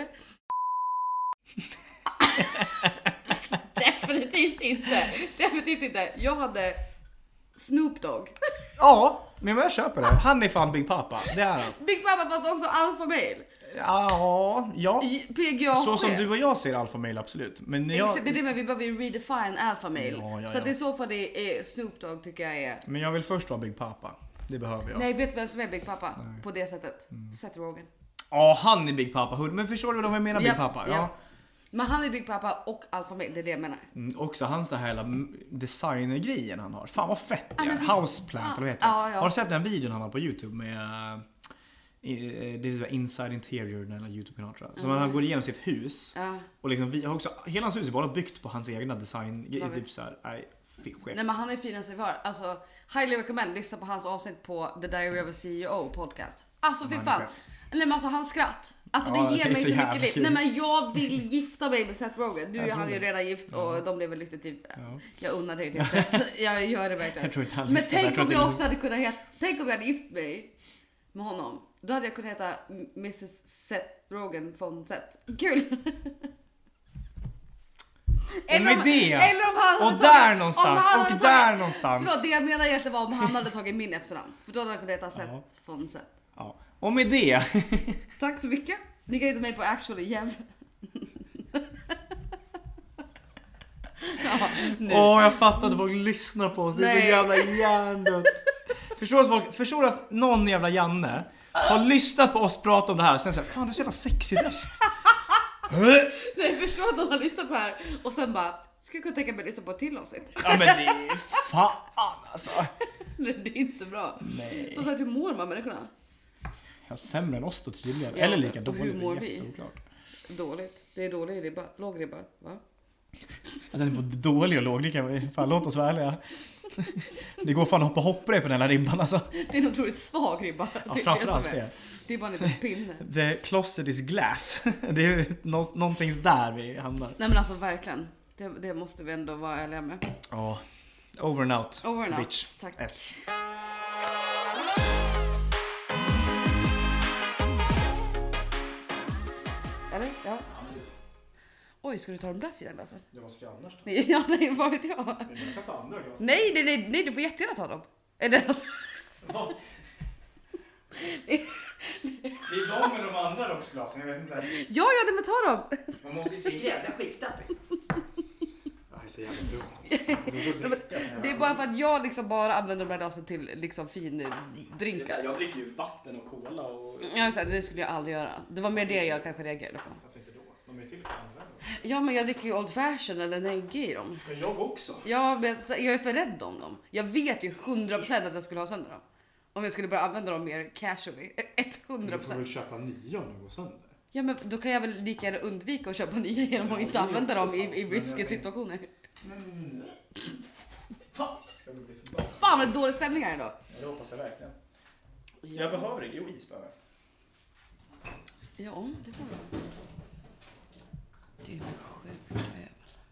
Definitivt inte. Definitivt inte. Jag hade Snoop Dogg. Ja, men jag köper det. Han är fan Big Papa. Det är han. Big Papa fast också alfamail. Ja, ja. P G A Så som du och jag ser alfamail, absolut. Men jag, Exakt, det är det, men vi behöver ju redefine alfamail. Ja, ja, Så att ja. i så fall det är Snoop Dogg tycker jag är. men jag vill först vara Big Papa. Det behöver jag. Nej, vet du vem som är Big Papa? På det sättet. Seth Rogen. Ja, han är Big Papa. Men förstår du vad jag menar Big Ja, Papa? Ja. ja. Men han är Big Papa och alfamail, det är det jag menar. Mm, också hans det här hela designergrejen han har. Fan vad fett det Ja, men är. fy Houseplant, fan. eller vad heter det? Ja, ja. Har du sett den videon han har på YouTube med eh, det är Inside Interior, den här YouTube-kanalen tror jag. Så Mm. han går igenom sitt hus Ja. och liksom vi har också hela hans hus är bara byggt på hans egna design Jag typ vet. så här, nej, fy chef. Nej men han är finast vi har. Alltså, highly recommend. Lyssna på hans avsnitt på The Diary of a C E O podcast. Alltså fy Han är fan. chef. Nej men alltså hans skratt. Alltså Ja, det det ger är mig så så jävla mycket liv. kul. Nej men jag vill gifta mig med Seth Rogen. Nu Jag är tror han ju det. redan gift och Ja. de blev väl lyckligt typ. Ja. Jag unnar dig det. Seth. Jag gör det verkligen. Jag tror inte han Men lyssnar, tänk tror om att jag det är- också hade kunnat heta, tänk om jag hade gift mig med honom. Då hade jag kunnat heta missus Seth Rogen från Seth. Kul! Och med det, eller om han hade och där tagit- någonstans, om han och hade där tagit- någonstans. Förlåt, det jag menar egentligen var om han hade tagit min efternamn. För då hade han kunnat heta Seth Ja. från Seth. Ja. Och med det. Tack så mycket. Ni kan hitta mig på actually Jev. Ja, nu. Åh, jag fattar att folk lyssnar på oss. Det är så Nej. jävla hjärndött. Förstår att, folk, förstår att någon jävla Janne har lyssnat på oss prata om det här och sen säger fan du är så jävla sexig röst. Nej, förstår att någon har lyssnat på det här och sen bara, skulle jag kunna tänka mig att lyssna på ett till avsnitt. Ja men det är fan alltså. Nej, det är inte bra. Nej. Så sagt, hur mår man människorna? Jag är sämre än oss då tydligen. Ja, Eller lika och dåligt. hur mår det är vi? jätteoklart. Dåligt. Det är dålig ribba. Låg ribba, va? Att den är både dålig och låg, kan vi fan låt oss vara ärliga. Det går fan att hoppa hoppare på den här ribban alltså. Det är en otroligt svag ribba. Ja, Det är framförallt det. som är- det. Det är bara en liten pinne. The closet is glass. Det är nå- någonting där vi hamnar. Nej men alltså verkligen. Det, det måste vi ändå vara ärliga med. Ja. Over and out. Over and out. Bitch. Tack. S. Eller? Ja. Oj, ska du ta de där fyra glasen? Det var ska annars då. Nej, ja, nej, vad vet jag? Men jag kan ta andra glas. Nej, nej, nej, nej, du får jättegärna ta dem. Är det alltså... Va? Det är de med de andra rocksglasen, jag vet inte. Ja, ja, nej, men ta dem. Man måste ju se grädden skiktas liksom. Ja, det är så jävla dumt. Det är bara för att jag liksom bara använder de här glasen till liksom fin eh, drinkar. Jag dricker ju vatten och cola och... Ja, så här, det skulle jag aldrig göra. Det var mer det jag kanske reagerade på. Varför inte då? De är till för andra. Ja, men jag dricker ju Old Fashion eller Negge i dem. Men jag också. Ja, men jag är för rädd om dem. Jag vet ju hundra procent att jag skulle ha sönder dem. Om jag skulle börja använda dem mer casually. hundra Du får väl procent. köpa nya om de går sönder. Ja, men då kan jag väl lika gärna undvika att köpa nya genom att Ja, inte det är använda dem också i, sant, i men riskiga jag situationer. Men... Fan, ska det bli förbannat. Fan vad dålig stämning här idag. Det hoppas jag verkligen. Jag behöver det. Jo, is behöver jag. Ja, det får jag. Du är sjuk jävel.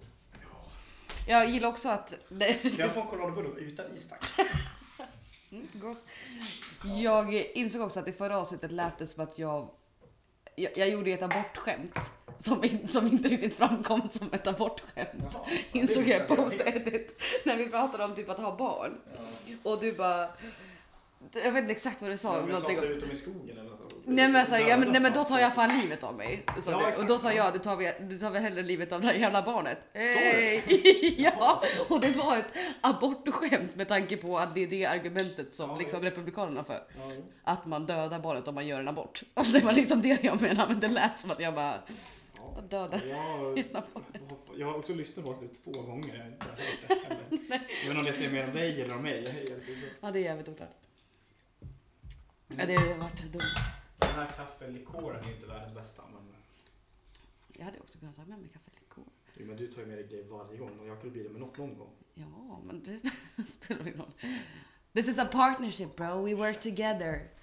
Jag gillar också att... Kan jag få en chokladbulle utan is tack? Mm, gross. Jag insåg också att i förra avsnittet lät det som att jag... Jag, jag gjorde ett abortskämt. Som, in, som inte riktigt framkom som ett abortskämt. Jaha, Insåg det jag visste på jag inte. omständigt. När vi pratade om typ att ha barn. Ja. Och du bara... Jag vet inte exakt vad du sa. Ja, om men någonting sa om- du ut dem i skogen eller så? Nej men, alltså, ja, men, nej men då tar jag fan livet av mig. Så Ja, du. exakt. Och då sa jag, du tar, vi, du tar väl hellre livet av det här jävla barnet. du? Hey! Ja, och det var ett abortskämt med tanke på att det är det argumentet som Ja, liksom ja. republikanerna för. Ja, jo. Att man dödar barnet om man gör en abort. Alltså det var liksom det jag menade, men det lät som att jag bara Ja. dödar. Jag, jag har också lyssnat på oss det två gånger. Jag har inte hört det heller. Jag vet inte om jag ser mer om dig eller om mig. Jag är helt oklart. Ja, det är jävligt oklart. Ja, det har varit dumt. Den här kaffelikoren är ju inte världens bästa. Men... Jag hade också kunnat ta med mig kaffelikor. Jo, men du tar ju med dig grejer varje gång och jag kan bli det med något någon gång. Ja, men det spelar ingen roll. This is a partnership, bro. We work together.